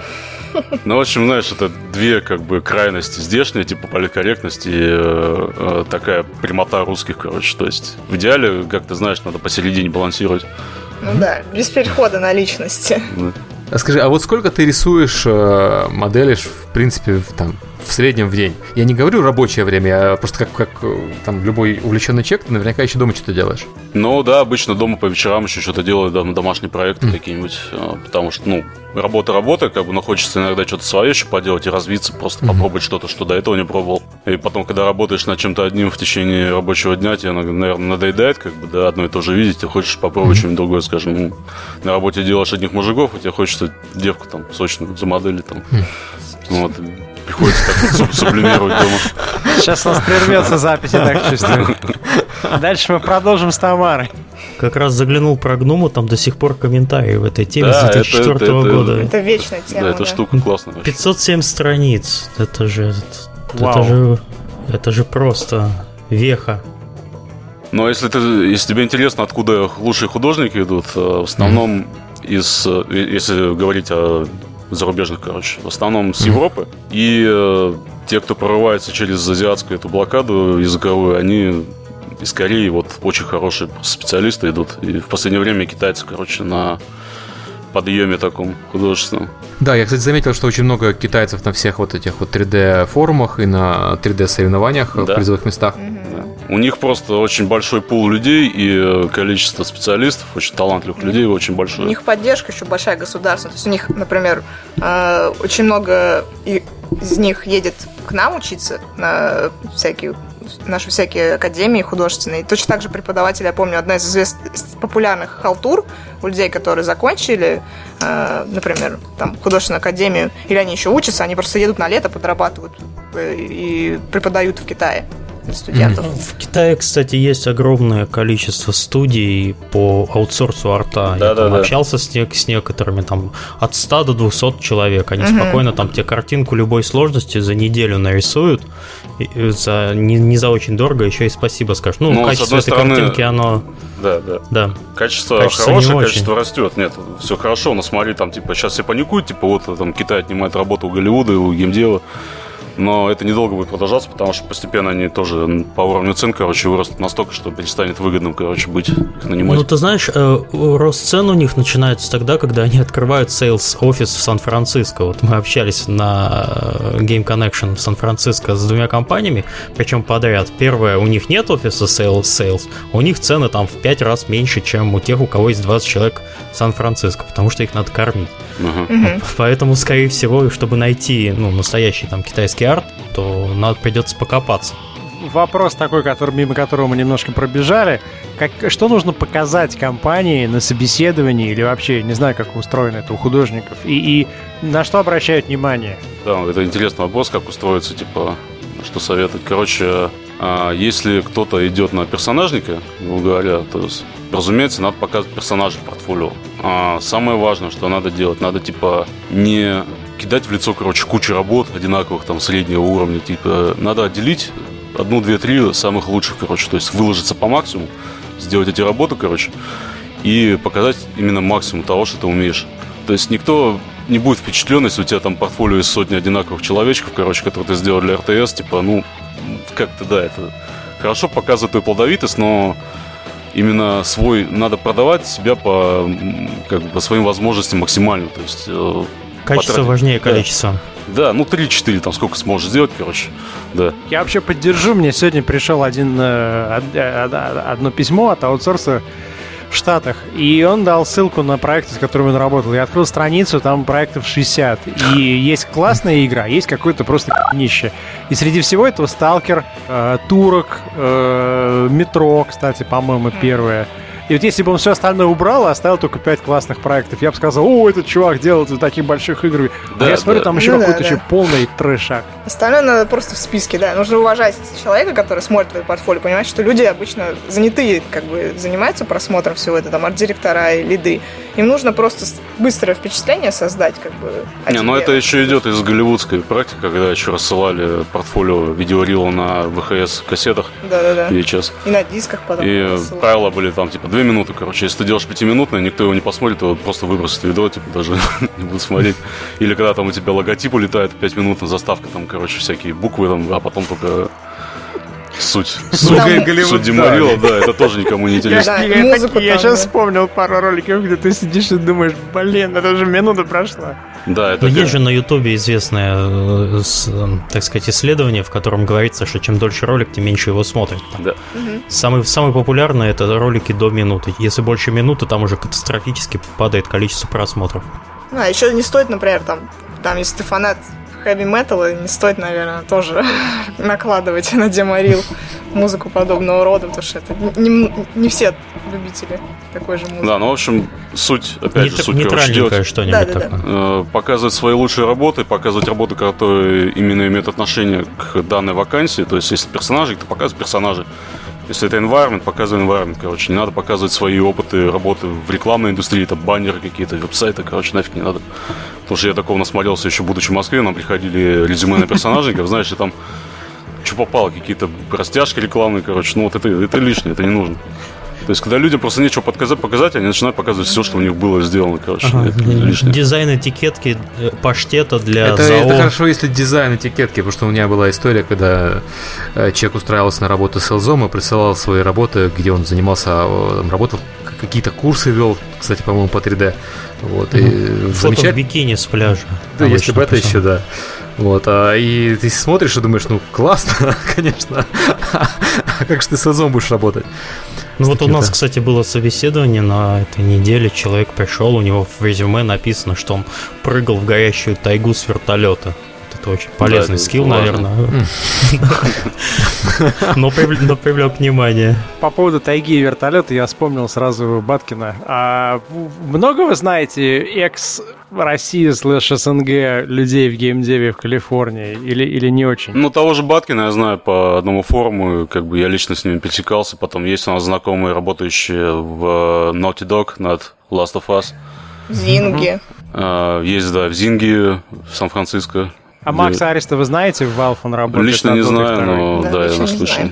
Ну, в общем, знаешь, это две как бы крайности здешние, типа политкорректность и э, э, такая прямота русских, короче. То есть в идеале, как ты знаешь, надо посередине балансировать. Ну да, без перехода на личности. Да. Скажи, а вот сколько ты рисуешь, э, моделишь, в принципе, в, там, в среднем в день? Я не говорю рабочее время, а просто как, как там любой увлеченный человек, ты наверняка еще дома что-то делаешь. Ну да, обычно дома по вечерам еще что-то делаю, да, домашние проекты mm. какие-нибудь, потому что, ну, работа работа, как бы, но хочется иногда что-то свое еще поделать и развиться, просто mm-hmm. попробовать что-то, что до этого не пробовал. И потом, когда работаешь над чем-то одним в течение рабочего дня, тебе, наверное, надоедает, как бы, да, одно и то же видеть, ты хочешь попробовать mm-hmm. что-нибудь другое, скажем, ну, на работе делаешь одних мужиков, и тебе хочется девку там сочную замодели там, mm. вот, приходится так вот сублимировать дома. Сейчас у нас прервется запись, я так чувствую. Дальше мы продолжим с Тамарой. Как раз заглянул про гному, там до сих пор комментарии в этой теме да, с две тысячи четвёртого это, это, года. Это вечная тема. Да, эта да. штука классная. пятьсот семь страниц. Это же, это, это же, это же просто веха. Но если, ты, если тебе интересно, откуда лучшие художники идут, в основном из, если говорить о зарубежных, короче, в основном с Европы. И э, те, кто прорывается через азиатскую эту блокаду языковую, они из Кореи вот очень хорошие специалисты идут. И в последнее время китайцы, короче, на подъеме таком художественном. Да, я, кстати, заметил, что очень много китайцев на всех вот этих вот три дэ-форумах и на три дэ-соревнованиях да. в призовых местах. Да. У них просто очень большой пул людей и количество специалистов, очень талантливых людей очень большое. У них поддержка еще большая государственная. То есть у них, например, очень много из них едет к нам учиться на всякие наши всякие академии художественные. И точно так же преподаватели, я помню, одна из известных популярных халтур у людей, которые закончили, э, например, там, художественную академию, или они еще учатся, они просто едут на лето, подрабатывают и преподают в Китае для студентов. В Китае, кстати, есть огромное количество студий по аутсорсу арта. Да, Я да, там да. общался с, не, с некоторыми, там, от ста до двухсот человек. Они угу. спокойно там тебе картинку любой сложности за неделю нарисуют, и за, не, не за очень дорого, еще и спасибо скажешь. Ну, ну качество этой стороны, картинки, оно... Да, да. да. Качество, качество хорошее, качество растет. Нет, все хорошо, но смотри, там, типа, сейчас все паникуют, типа, вот там Китай отнимает работу у Голливуда и у геймдева. Но это недолго будет продолжаться, потому что постепенно они тоже по уровню цен, короче, вырастут настолько, что перестанет выгодным, короче, быть их нанимать. Ну, ты знаешь, рост цен у них начинается тогда, когда они открывают сейлс-офис в Сан-Франциско. Вот мы общались на Game Connection в Сан-Франциско с двумя компаниями, причем подряд. Первое, у них нет офиса сейлс-сейлс, у них цены там в пять раз меньше, чем у тех, у кого есть двадцать человек в Сан-Франциско, потому что их надо кормить. Uh-huh. Uh-huh. Поэтому, скорее всего, чтобы найти, ну, настоящий там китайский арт, то надо придется покопаться. Вопрос такой, который, мимо которого мы немножко пробежали. Как, что нужно показать компании на собеседовании или вообще, не знаю, как устроено это у художников, и, и на что обращают внимание? Да, это интересный вопрос, как устроиться, типа, что советовать. Короче, если кто-то идет на персонажника, грубо говоря, то, разумеется, надо показывать персонажа в портфолио. А самое важное, что надо делать, надо, типа, не кидать в лицо, короче, кучу работ одинаковых, там, среднего уровня, типа, надо отделить одну, две, три самых лучших, короче, то есть выложиться по максимуму, сделать эти работы, короче, и показать именно максимум того, что ты умеешь. То есть никто не будет впечатлен, если у тебя там портфолио из сотни одинаковых человечков, короче, которые ты сделал для эр тэ эс, типа, ну, как-то, да, это хорошо показывает твою плодовитость, но именно свой, надо продавать себя по, как бы, по своим возможностям максимально, то есть... Качество потратить. важнее количества. Да, да, ну три-четыре, там сколько сможешь сделать, короче, да. Я вообще поддержу, мне сегодня пришел один, одно письмо от аутсорса в Штатах, и он дал ссылку на проекты, с которыми он работал. Я открыл страницу, там проектов шестьдесят, и есть классная игра, есть какое-то просто нище. И среди всего этого Сталкер, э, Турок, э, Метро, кстати, по-моему, первое. И вот если бы он все остальное убрал, а оставил только пять классных проектов, я бы сказал, о, этот чувак делает из таких больших игр. Да, а я смотрю, да. там еще Ну, какой-то да, еще да. полный трешак. Остальное надо просто в списке, да. Нужно уважать человека, который смотрит твое портфолио, понимать, что люди обычно занятые, как бы, занимаются просмотром всего этого, там, арт-директора и лиды. Им нужно просто с- быстрое впечатление создать, как бы, о Не, ну тебе. это еще идет из голливудской практики, когда еще рассылали портфолио видеорила на ви эйч эс-кассетах, Да-да-да. ви эйч эс. И на дисках потом. И рассылают. правила были там, типа, две минуты, короче. Если ты делаешь пятиминутное, никто его не посмотрит, его просто выбросит видео, типа, даже не будут смотреть. Или когда там у тебя логотип улетает, пять минут, заставка, там, короче, всякие буквы, там, а потом только суть. Суть, Там- Голливуд, суть да. деморила, да, это тоже никому не интересно. Да, я и музыку так- я там, сейчас да. вспомнил пару роликов, где ты сидишь и думаешь, блин, это же минута прошла. Да, это Но как- есть же на Ютубе известное, э, с, э, так сказать, исследование, в котором говорится, что чем дольше ролик, тем меньше его смотрят. Там. Да. Самый, самый популярный — это ролики до минуты. Если больше минуты, там уже катастрофически падает количество просмотров. Ну, а еще не стоит, например, там, там, если ты фанат хэви-металла, не стоит, наверное, тоже накладывать на деморил музыку подобного рода, потому что это не, не все любители такой же музыки. Да, ну, в общем, суть, опять же, Нейт- суть, короче, Нейтральненькое делать, что-нибудь Да-да-да. такое. э, показывать свои лучшие работы, показывать работы, которые именно имеют отношение к данной вакансии. То есть, если персонажи, то показывать персонажей. Если это environment, показывай environment, короче. Не надо показывать свои опыты работы в рекламной индустрии, там баннеры какие-то, веб-сайты, короче, нафиг не надо. Потому что я такого насмотрелся еще будучи в Москве, нам приходили резюме на персонажников, знаешь, и там что попало, какие-то растяжки рекламные, короче, ну вот это, это лишнее, это не нужно. То есть, когда людям просто нечего показать, показать, они начинают показывать все, что у них было сделано, короче, Ага. это лишнее. Дизайн этикетки э, паштета для Это, ЗАО. это хорошо, если дизайн этикетки, потому что у меня была история, когда э, человек устраивался на работу селзом и присылал свои работы, где он занимался, э, там, работал, к- какие-то курсы вел, кстати, по-моему, по три дэ. Вот, и Фото в замечательно. бикини с пляжа. Да, если Обычно бы это причем. еще, да. Вот, а, и ты смотришь и думаешь, ну, классно, конечно. А как же ты селзом будешь работать? Ну вот у таким-то. нас, кстати, было собеседование на этой неделе. Человек пришел, у него в резюме написано, что он прыгал в горящую тайгу с вертолета. Вот это очень полезный это скилл, важно. наверное. Но привлек, но привлек внимание. По поводу тайги и вертолета я вспомнил сразу Баткина. А в- много вы знаете экс-России слэш СНГ людей в геймдеве в Калифорнии? Или, или не очень? Ну, того же Баткина я знаю по одному форуму, как бы я лично с ними пересекался. Потом есть у нас знакомые, работающие в Naughty Dog над Last of Us. Зинги. А, Есть, да, в Зинге, в Сан-Франциско. А где- Макса Ареста вы знаете? В Valve он работает. Лично над не Dota знаю, два. но Да, да, я лично не наслышан. знаю.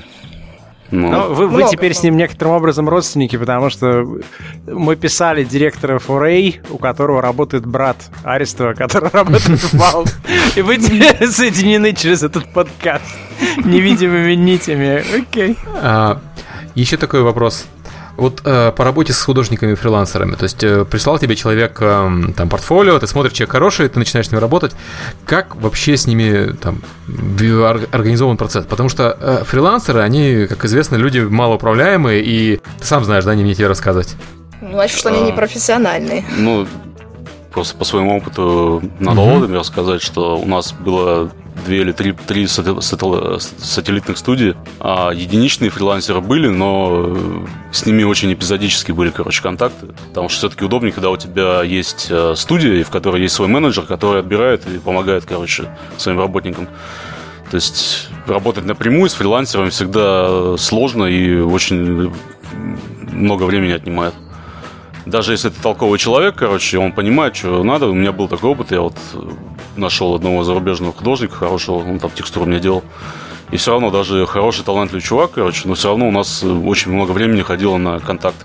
Ну, Ну, вы, вы Много, теперь с ним некоторым образом родственники, потому что мы писали директора эф эй, у которого работает брат Арестова, который работает в Valve. И вы теперь соединены через этот подкаст невидимыми нитями. Окей. А, еще такой вопрос. Вот э, по работе с художниками-фрилансерами, то есть э, прислал тебе человек э, там портфолио, ты смотришь, человек хороший, ты начинаешь с ним работать. Как вообще с ними там би- ор- организован процесс? Потому что э, фрилансеры, они, как известно, люди малоуправляемые, и ты сам знаешь, да, не мне тебе рассказывать. Ну, значит, что они А. не профессиональные. ну, просто по своему опыту надо Мгм. Володимиру сказать, что у нас было две или три, три сател- сател- сателлитных студии, а единичные фрилансеры были, но с ними очень эпизодически были, короче, контакты, потому что все-таки удобнее, когда у тебя есть э, студия, в которой есть свой менеджер, который отбирает и помогает, короче, своим работникам. То есть работать напрямую с фрилансером всегда сложно и очень много времени отнимает. Даже если ты толковый человек, короче, он понимает, что надо. У меня был такой опыт, я вот нашел одного зарубежного художника хорошего, он там текстуру мне делал. И все равно даже хороший, талантливый чувак, короче, но все равно у нас очень много времени ходило на контакт.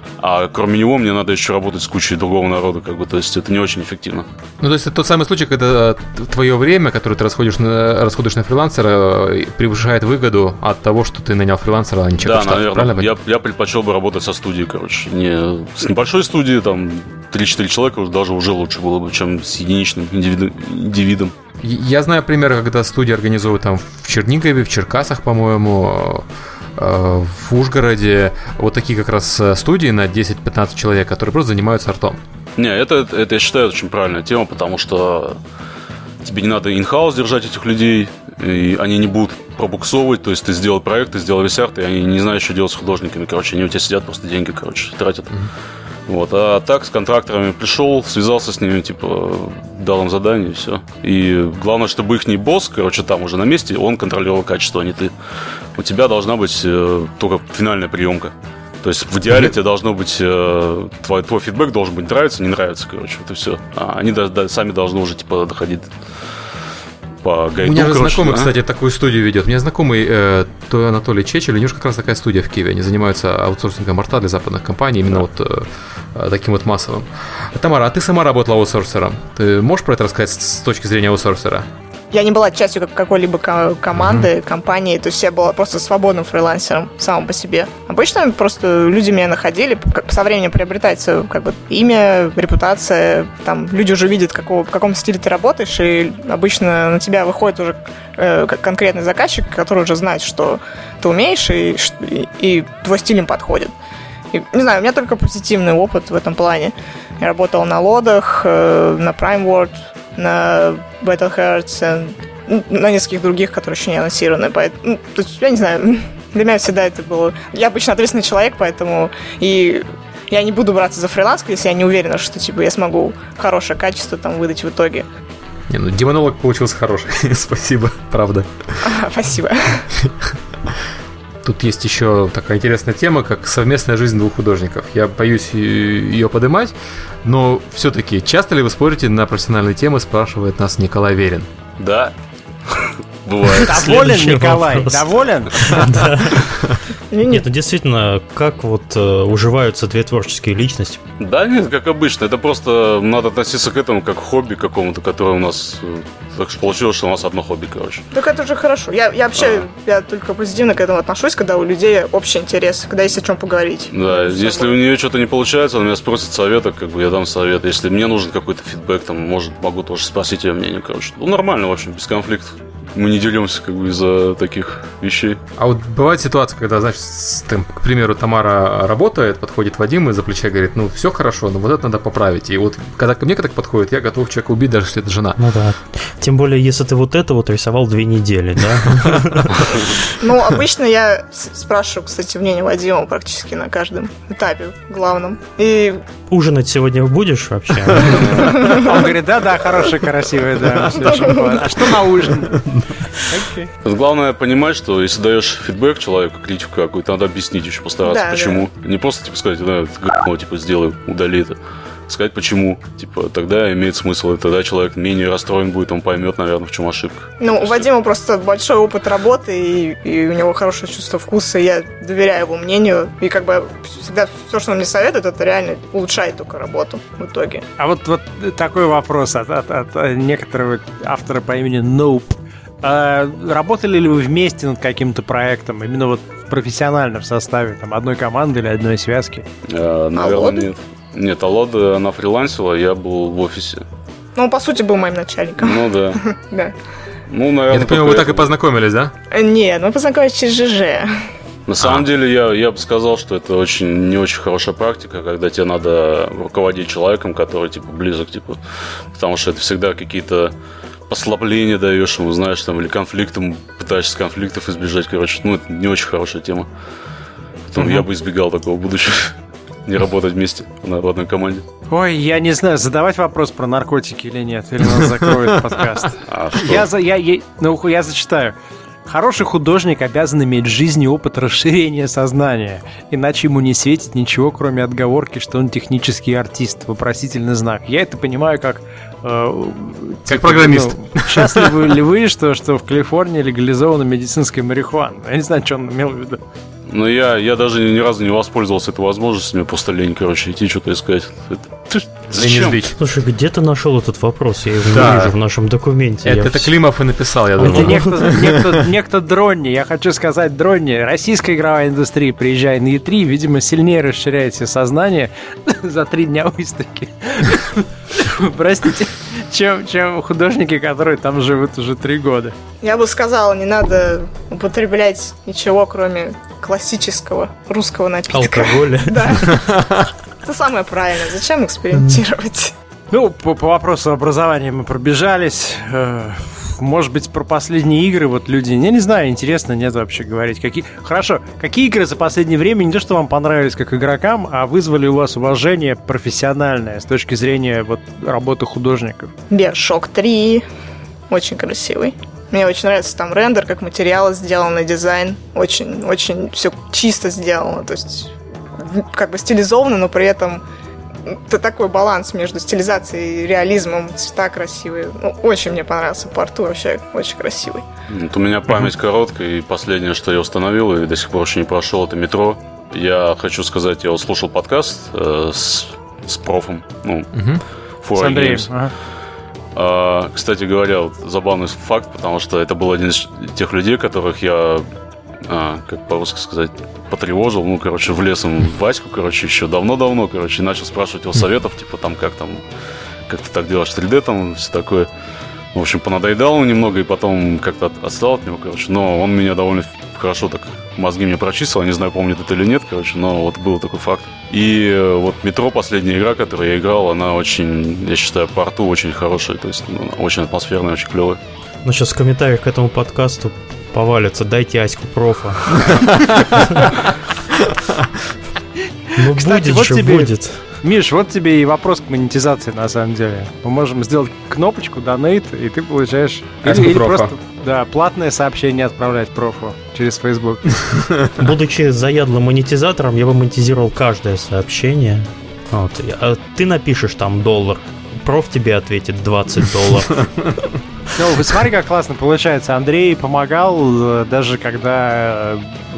А кроме него мне надо еще работать с кучей другого народа, как бы, то есть это не очень эффективно. Ну, то есть это тот самый случай, когда твое время, которое ты расходишь на, расходуешь на фрилансера, превышает выгоду от того, что ты нанял фрилансера, а не человека Да, в штат, наверное. правильно? Я, я предпочел бы работать со студией, короче. Не с небольшой студией, там, три-четыре человека уже даже уже лучше было бы, чем с единичным индивиду- индивидом. Я знаю примеры, когда студии организовывают там в Чернигове, в Черкасах, по-моему, э, в Ужгороде. Вот такие как раз студии на десять-пятнадцать человек, которые просто занимаются артом. Не, это, это, я считаю, очень правильная тема, потому что тебе не надо in-house держать этих людей, и они не будут пробуксовывать, то есть ты сделал проект, ты сделал ресерт, и они не знают, что делать с художниками, короче, они у тебя сидят, просто деньги, короче, тратят. Mm-hmm. Вот, а так с контракторами пришел, связался с ними, типа, дал им задание, и все. И главное, чтобы их не босс, короче, там уже на месте, он контролировал качество, а не ты. У тебя должна быть э, только финальная приемка. То есть в идеале mm-hmm. тебе должно быть э, твой, твой фидбэк должен быть нравится, не нравится, короче, вот и все. А они да, да, сами должны уже типа доходить по гайду. У меня же короче, знакомый, да? кстати, такую студию ведет. У меня знакомый э, то Анатолий Чечель, у него же как раз такая студия в Киеве. Они занимаются аутсорсингом арта для западных компаний, именно да. вот э, таким вот массовым. Тамара, а ты сама работала аутсорсером. Ты можешь про это рассказать с точки зрения аутсорсера? Я не была частью какой-либо команды, mm-hmm. компании, то есть я была просто свободным фрилансером самым по себе. Обычно просто люди меня находили, со временем приобретается как бы имя, репутация, там люди уже видят, какого, в каком стиле ты работаешь, и обычно на тебя выходит уже э, конкретный заказчик, который уже знает, что ты умеешь, и, и, и твой стиль им подходит. И, не знаю, у меня только позитивный опыт в этом плане. Я работала на лодах, э, на Prime World, на Battle Hearts, ну, на нескольких других, которые еще не анонсированы. Поэтому, ну, то есть, я не знаю, для меня всегда это было... Я обычно ответственный человек, поэтому и я не буду браться за фриланс, если я не уверена, что типа я смогу хорошее качество там выдать в итоге. Не, ну демонолог получился хороший. Спасибо, правда. А, спасибо. Тут есть еще такая интересная тема, как совместная жизнь двух художников. Я боюсь ее поднимать, но все-таки часто ли вы спорите на профессиональные темы, спрашивает нас Николай Верин. Да, бывает. Доволен, Николай? Доволен? Да. Нет, ну действительно, как вот уживаются две творческие личности? Да нет, как обычно. Это просто надо относиться к этому как к хобби какому-то, которое у нас... Так что получилось, что у нас одно хобби, короче. Так это же хорошо. Я, я вообще а. я только позитивно к этому отношусь, когда у людей общий интерес, когда есть о чем поговорить. Да, ну, если у нее что-то не получается, она меня спросит совета, как бы я дам совет. Если мне нужен какой-то фидбэк, там, может, могу тоже спросить ее мнение, короче. Ну, нормально, в общем, без конфликтов. Мы не деремся как бы из-за таких вещей. А вот бывает ситуация, когда, значит, там, к примеру, Тамара работает, подходит Вадим из-за плеча и говорит, ну, все хорошо, но вот это надо поправить. И вот когда ко мне так подходит, я готов человека убить, даже если это жена. Ну да. Тем более, если ты вот это вот рисовал две недели, да? Ну, обычно я спрашиваю, кстати, мнение Вадима практически на каждом этапе главном. И... Ужинать сегодня будешь вообще? Он говорит, да-да, хорошая, красивая, да. А что на ужин? Okay. Главное понимать, что если даешь фидбэк человеку, критику какую-то, надо объяснить еще, постараться, да, почему. Да. Не просто типа сказать, да, г***, типа, сделай, удали это. Сказать почему. Типа, тогда имеет смысл. И тогда человек менее расстроен будет, он поймет, наверное, в чем ошибка. Ну, у Вадима просто большой опыт работы, и, и у него хорошее чувство вкуса, и я доверяю его мнению. И как бы всегда все, что он мне советует, это реально улучшает только работу в итоге. А вот, вот такой вопрос от, от, от некоторого автора по имени Nope. А работали ли вы вместе над каким-то проектом, именно вот профессионально в составе там, одной команды или одной связки? А, наверное, нет. Нет, Алода, она фрилансила, я был в офисе. Ну, он, по сути, был моим начальником. Ну, да. Да. Ну, наверное, я так понимаю, вы так и познакомились, да? Нет, мы познакомились через ЖЖ. На самом деле, я, я бы сказал, что это очень не очень хорошая практика, когда тебе надо руководить человеком, который, типа, близок, типа, потому что это всегда какие-то послабления даешь ему, знаешь, там, или конфликтом, пытаешься конфликтов избежать, короче, ну, это не очень хорошая тема. Поэтому угу. я бы избегал такого в будущем. Не работать вместе в одной команде. Ой, я не знаю, задавать вопрос про наркотики или нет, или нас закроют подкаст. А что? Я, я, я, ну, я зачитаю. Хороший художник обязан иметь в жизни опыт расширения сознания, иначе ему не светит ничего, кроме отговорки, что он технический артист. Вопросительный знак. Я это понимаю как... Э, как типа, программист. Ну, счастливы ли вы, что, что в Калифорнии легализована медицинская марихуана? Я не знаю, что он имел в виду. Но я, я даже ни разу не воспользовался этой возможностью, мне просто лень, короче, идти что-то искать. Это, зачем? Слушай, где ты нашел этот вопрос? Я его да. не вижу в нашем документе. Это, это в... Климов и написал, я думаю. Это некто, некто, некто Дронни, я хочу сказать Дронни. Российская игровая индустрия, приезжая на и три, видимо, сильнее расширяет себе сознание за три дня выставки. Простите, чем, чем художники, которые там живут уже три года. Я бы сказала, не надо употреблять ничего, кроме классического русского напитка. Алкоголя. Да. Это самое правильное. Зачем экспериментировать? Ну, по, по вопросу образования мы пробежались. может быть, про последние игры вот люди... Я не знаю, интересно, нет вообще говорить. Какие... Хорошо, какие игры за последнее время не то, что вам понравились как игрокам, а вызвали у вас уважение профессиональное с точки зрения вот работы художников? Биошок три. Очень красивый. Мне очень нравится там рендер, как материалы сделаны, дизайн. Очень, очень все чисто сделано. То есть как бы стилизовано, но при этом это такой баланс между стилизацией и реализмом. Цвета красивые. Ну, очень мне понравился порту, вообще очень красивый. Вот у меня память mm-hmm. короткая, и последнее, что я установил, и до сих пор еще не прошел, это метро. Я хочу сказать, я вот слушал подкаст э, с, с профом, ну, mm-hmm. фор эй Games. Ага. А, кстати говоря, вот забавный факт, потому что это был один из тех людей, которых я, а, как по-русски сказать, потревожил, ну, короче, влез им в Ваську, короче, еще давно-давно, короче, и начал спрашивать его советов, типа, там, как там, как ты так делаешь три дэ, там, все такое. В общем, понадоедал он немного, и потом как-то отстал от него, короче, но он меня довольно хорошо так мозги мне прочистил, я не знаю, помнит это или нет, короче, но вот был такой факт. И вот «Метро», последняя игра, которую я играл, она очень, я считаю, по арту очень хорошая, то есть ну, очень атмосферная, очень клевая. Ну, сейчас в комментариях к этому подкасту повалится: дайте Аську профа. Ну, будет же, будет. Миш, вот тебе и вопрос к монетизации, на самом деле. Мы можем сделать кнопочку «Донейт», и ты получаешь... Или, или просто, да, платное сообщение отправлять профу через Facebook. Будучи заядлым монетизатором, я бы монетизировал каждое сообщение. Вот. А ты напишешь там доллар, проф тебе ответит двадцать долларов. Ну, вы смотри, как классно получается. Андрей помогал, даже когда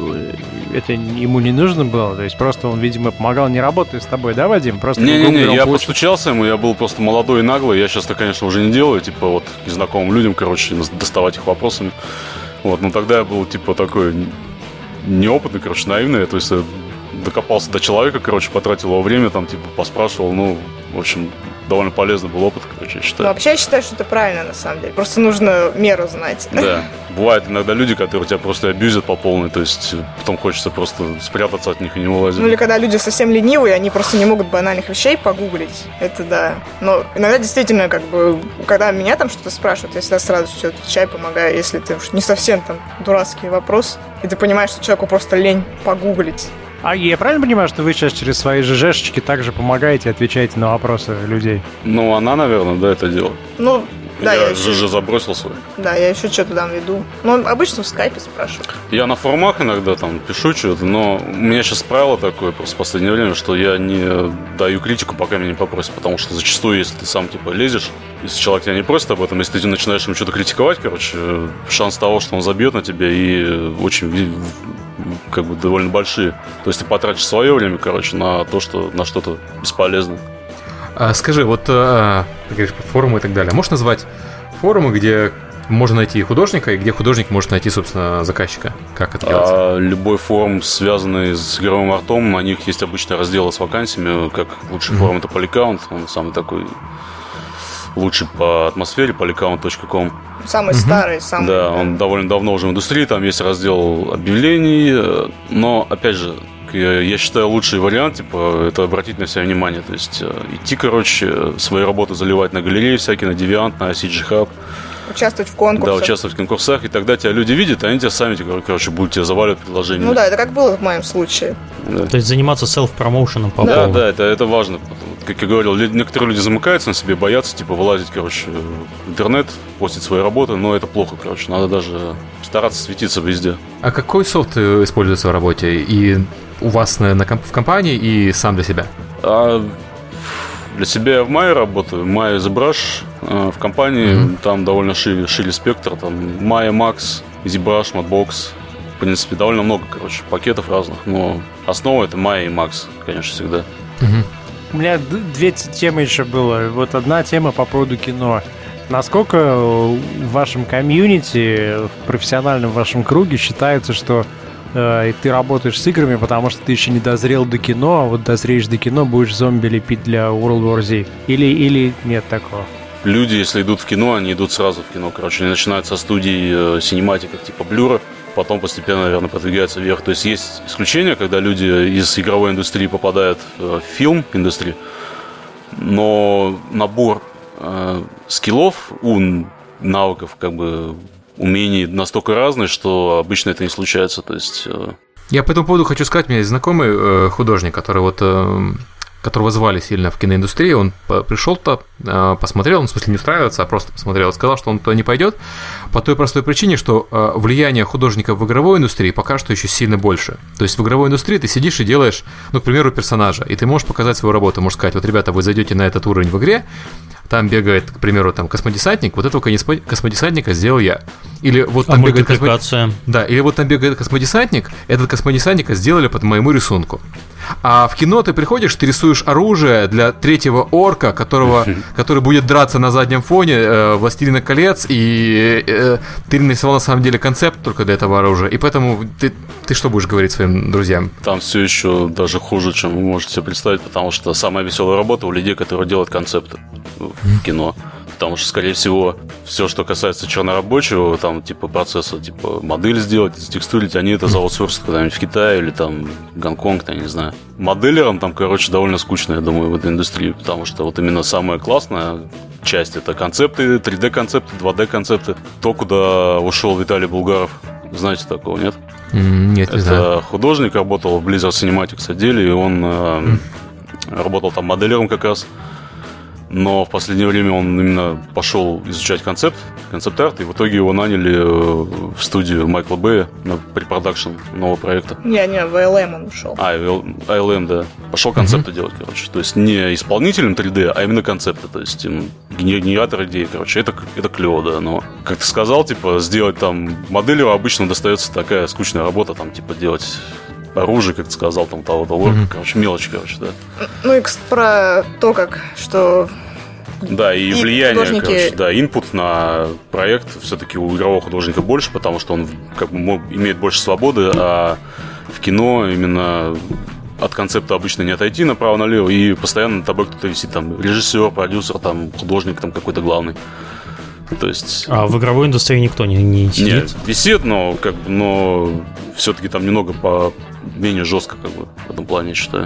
это ему не нужно было. То есть просто он, видимо, помогал, не работая с тобой, да, Вадим? Просто Не-не-не, я получил... постучался ему, я был просто молодой и наглый. Я сейчас-то, конечно, уже не делаю, типа, вот, незнакомым людям, короче, доставать их вопросами. Вот, но тогда я был, типа, такой неопытный, короче, наивный. То есть я докопался до человека, короче, потратил его время, там, типа, поспрашивал, ну, в общем... Довольно полезный был опыт, короче, я считаю. Ну, вообще, я считаю, что это правильно, на самом деле. Просто нужно меру знать. Да. Бывают иногда люди, которые тебя просто абьюзят по полной, то есть потом хочется просто спрятаться от них и не вылазить. Ну, или когда люди совсем ленивые, они просто не могут банальных вещей погуглить. Это да. Но иногда действительно, как бы, когда меня там что-то спрашивают, я всегда сразу все отвечаю, помогаю, если ты уж не совсем там дурацкий вопрос, и ты понимаешь, что человеку просто лень погуглить. А я правильно понимаю, что вы сейчас через свои ЖЖшечки также помогаете и отвечаете на вопросы людей? Ну, она, наверное, да, это делает. Ну, да, я, я ЖЖ еще... забросил свой. Да, я еще что-то там веду. Ну, обычно в скайпе спрашиваю. Я на форумах иногда там пишу что-то, но у меня сейчас правило такое просто в последнее время, что я не даю критику, пока меня не попросят, потому что зачастую, если ты сам типа лезешь, если человек тебя не просит об этом, если ты начинаешь ему что-то критиковать, короче, шанс того, что он забьет на тебя, и очень... как бы довольно большие. То есть ты потратишь свое время, короче, на то, что на что-то бесполезное. А, скажи, вот а, ты говоришь про форумы и так далее. Можешь назвать форумы, где можно найти художника и где художник может найти, собственно, заказчика? Как это делается? А, любой форум, связанный с игровым артом, на них есть обычные разделы с вакансиями. Как лучший mm-hmm. форум — это Polycount, он самый такой лучший по атмосфере, polycount точка ком. Самый mm-hmm. старый, самый... Да, он довольно давно уже в индустрии, там есть раздел объявлений, но, опять же, я считаю, лучший вариант, типа, это обратить на себя внимание, то есть идти, короче, свои работы заливать на галереи всякие, на Deviant, на си джи Hub. Участвовать в конкурсах. Да, участвовать в конкурсах, и тогда тебя люди видят, и они тебя сами, короче, будут тебе заваливать предложения. Ну да, это как было в моем случае. Да. То есть заниматься селф-промоушеном по Да, поводу. да, это, это важно. Как я говорил, некоторые люди замыкаются на себе, боятся, типа, вылазить, короче, в интернет, постить свои работы, но это плохо, короче, надо даже стараться светиться везде. А какой софт используется в работе? И у вас на, на, в компании, и сам для себя? А для себя я в Maya работаю, Maya ZBrush, а в компании mm-hmm. там довольно шире, шире спектр, там Maya Max, ZBrush, Madbox, в принципе, довольно много, короче, пакетов разных, но основа это Maya и Max, конечно, всегда. Mm-hmm. У меня две темы еще было. Вот одна тема по поводу кино. Насколько в вашем комьюнити, в профессиональном вашем круге считается, что э, ты работаешь с играми, потому что ты еще не дозрел до кино, а вот дозреешь до кино, будешь зомби лепить для World War Z? Или, или нет такого? Люди, если идут в кино, они идут сразу в кино. Короче, они начинают со студий э, синематиков типа Блюра, потом постепенно, наверное, продвигаются вверх. То есть есть исключения, когда люди из игровой индустрии попадают в фильм-индустрию, но набор э, скиллов у навыков, как бы умений настолько разные, что обычно это не случается. То есть... Я по этому поводу хочу сказать, у меня есть знакомый э, художник, который вот... Э, которого звали сильно в киноиндустрии, он пришел-то, посмотрел, он в смысле не устраивается, а просто посмотрел, сказал, что он туда не пойдет по той простой причине, что влияние художников в игровой индустрии пока что еще сильно больше. То есть в игровой индустрии ты сидишь и делаешь, ну, к примеру, персонажа, и ты можешь показать свою работу, можешь сказать, вот, ребята, вы зайдете на этот уровень в игре, там бегает, к примеру, там космодесантник, вот этого космодесантника сделал я. Или вот там а бегает мультипликация. Космо... Да, или вот там бегает космодесантник, этот космодесантника сделали по моему рисунку. А в кино ты приходишь, ты рисуешь оружие для третьего орка, которого, который будет драться на заднем фоне э, «Властелина колец», и э, ты нарисовал на самом деле концепт только для этого оружия. И поэтому ты, ты что будешь говорить своим друзьям? Там все еще даже хуже, чем вы можете себе представить, потому что самая веселая работа у людей, которые делают концепты в кино. Потому что, скорее всего, все, что касается чернорабочего, там, типа, процесса, типа, модель сделать, текстурить, они это заутсорсят куда-нибудь в Китае или там Гонконг, я не знаю. Моделерам там, короче, довольно скучно, я думаю, в этой индустрии, потому что вот именно самая классная часть — это концепты, три дэ-концепты, два дэ-концепты. То, куда ушел Виталий Булгаров. Знаете такого, нет? Нет, не это знаю. художник, работал в Blizzard Cinematics отделе, и он э, работал там моделером как раз. Но в последнее время он именно пошел изучать концепт, концепт-арт, и в итоге его наняли в студию Майкла Бэя на препродакшн нового проекта. Не-не, в эй эл эм он ушел. А, в эй эл эм, да. Пошел концепты mm-hmm. делать, короче. То есть не исполнителем три дэ, а именно концепты. То есть генератор идей, короче. Это, это клево, да. Но, как ты сказал, типа, сделать там моделью обычно достается такая скучная работа, там, типа, делать... оружие, как ты сказал, там того-то орка, mm-hmm. короче, мелочь, короче, да. Ну и про то, как, что... Да, и, и влияние, художники... короче, да, инпут на проект все-таки у игрового художника больше, потому что он как бы имеет больше свободы, а в кино именно от концепта обычно не отойти направо-налево, и постоянно на тобой кто-то висит, там, режиссер, продюсер, там, художник, там, какой-то главный. То есть... А в игровой индустрии никто не, не сидит? Нет, висит, но, как бы, но все-таки там немного по менее жестко, как бы, в этом плане, я считаю.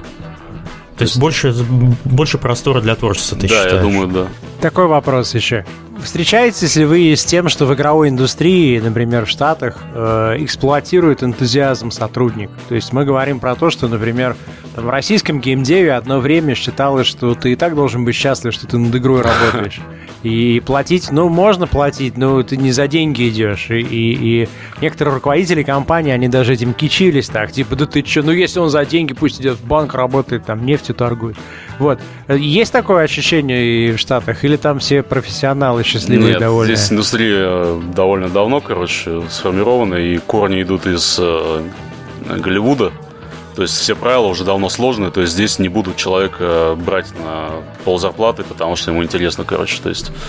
То есть больше, больше простора для творчества, ты да, считаешь? Да, я думаю, да. Такой вопрос еще. Встречаетесь ли вы с тем, что в игровой индустрии, например, в Штатах, э, эксплуатируют энтузиазм сотрудников? То есть мы говорим про то, что, например, там, в российском геймдеве одно время считалось, что ты и так должен быть счастлив, что ты над игрой работаешь. И платить, ну, можно платить, но ты не за деньги идешь. И, и, и некоторые руководители компании, они даже этим кичились так, типа, да ты что, ну, если он за деньги, пусть идет в банк, работает, там, нефтью торгует. Вот. Есть такое ощущение и в Штатах? Или там все профессионалы счастливые Нет, и довольные? Здесь индустрия довольно давно, короче, сформирована, и корни идут из э, Голливуда. То есть все правила уже давно сложные, то есть здесь не будут человека брать на ползарплаты, потому что ему интересно, короче, то есть...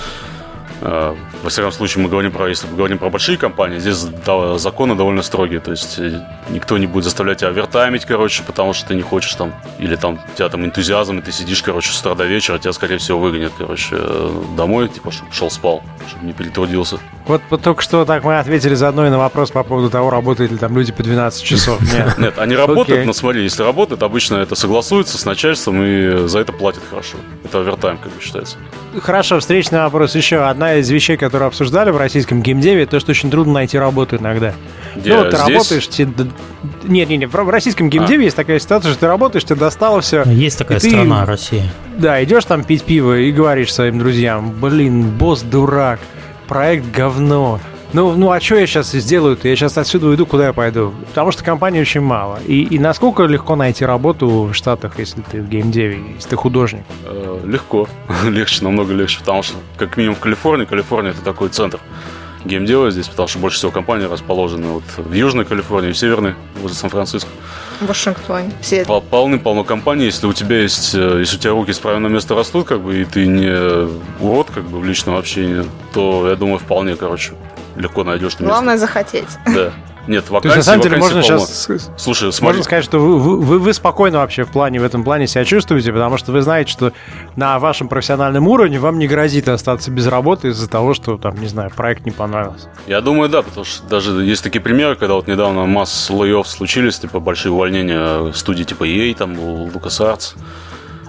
Во всяком случае, мы говорим про, если мы говорим про большие компании, здесь да, законы довольно строгие, то есть никто не будет заставлять тебя овертаймить, короче, потому что ты не хочешь там, или там у тебя там энтузиазм, и ты сидишь, короче, с утра до вечера, тебя, скорее всего, выгонят, короче, домой, типа, чтобы шел спал, чтобы не перетрудился. Вот, вот только что так мы ответили заодно и на вопрос по поводу того, работают ли там люди по двенадцать часов. Нет, Нет, они работают, но смотри, если работают, обычно это согласуется с начальством и за это платят хорошо. Это овертайм, как бы считается. Хорошо, встречный вопрос еще. Одна из вещей, которые обсуждали в российском геймдеве, то, что очень трудно найти работу иногда. Где, ну, ты здесь? работаешь... Те... Нет, нет, нет, в российском геймдеве а. есть такая ситуация, что ты работаешь, тебе достало все. Есть такая ты, страна, Россия. Да, идешь там пить пиво и говоришь своим друзьям, блин, босс дурак, проект говно. Ну, ну а что я сейчас сделаю-то? Я сейчас отсюда уйду, куда я пойду? Потому что компаний очень мало. И, и насколько легко найти работу в Штатах, если ты в геймдеве, если ты художник? Э, легко. Легче, намного легче. Потому что, как минимум, в Калифорнии. Калифорния — это такой центр геймдева здесь, потому что больше всего компаний расположены вот в Южной Калифорнии, в Северной, возле Сан-Франциско. В Вашингтоне. Все. Полны-полно компаний. Если у тебя есть, если у тебя руки с правильного места растут, как бы, и ты не урод, как бы, в личном общении, то, я думаю, вполне, короче, легко найдешь место. Главное захотеть. Да. Нет, вакансий, то есть, на самом деле, можно полно. сейчас... Слушай, смотри. Можно сказать, что вы, вы, вы спокойно вообще в плане, в этом плане себя чувствуете, потому что вы знаете, что на вашем профессиональном уровне вам не грозит остаться без работы из-за того, что, там, не знаю, проект не понравился. Я думаю, да, потому что даже есть такие примеры, когда вот недавно масс лей-офф случились, типа большие увольнения студий типа и эй, там, LucasArts.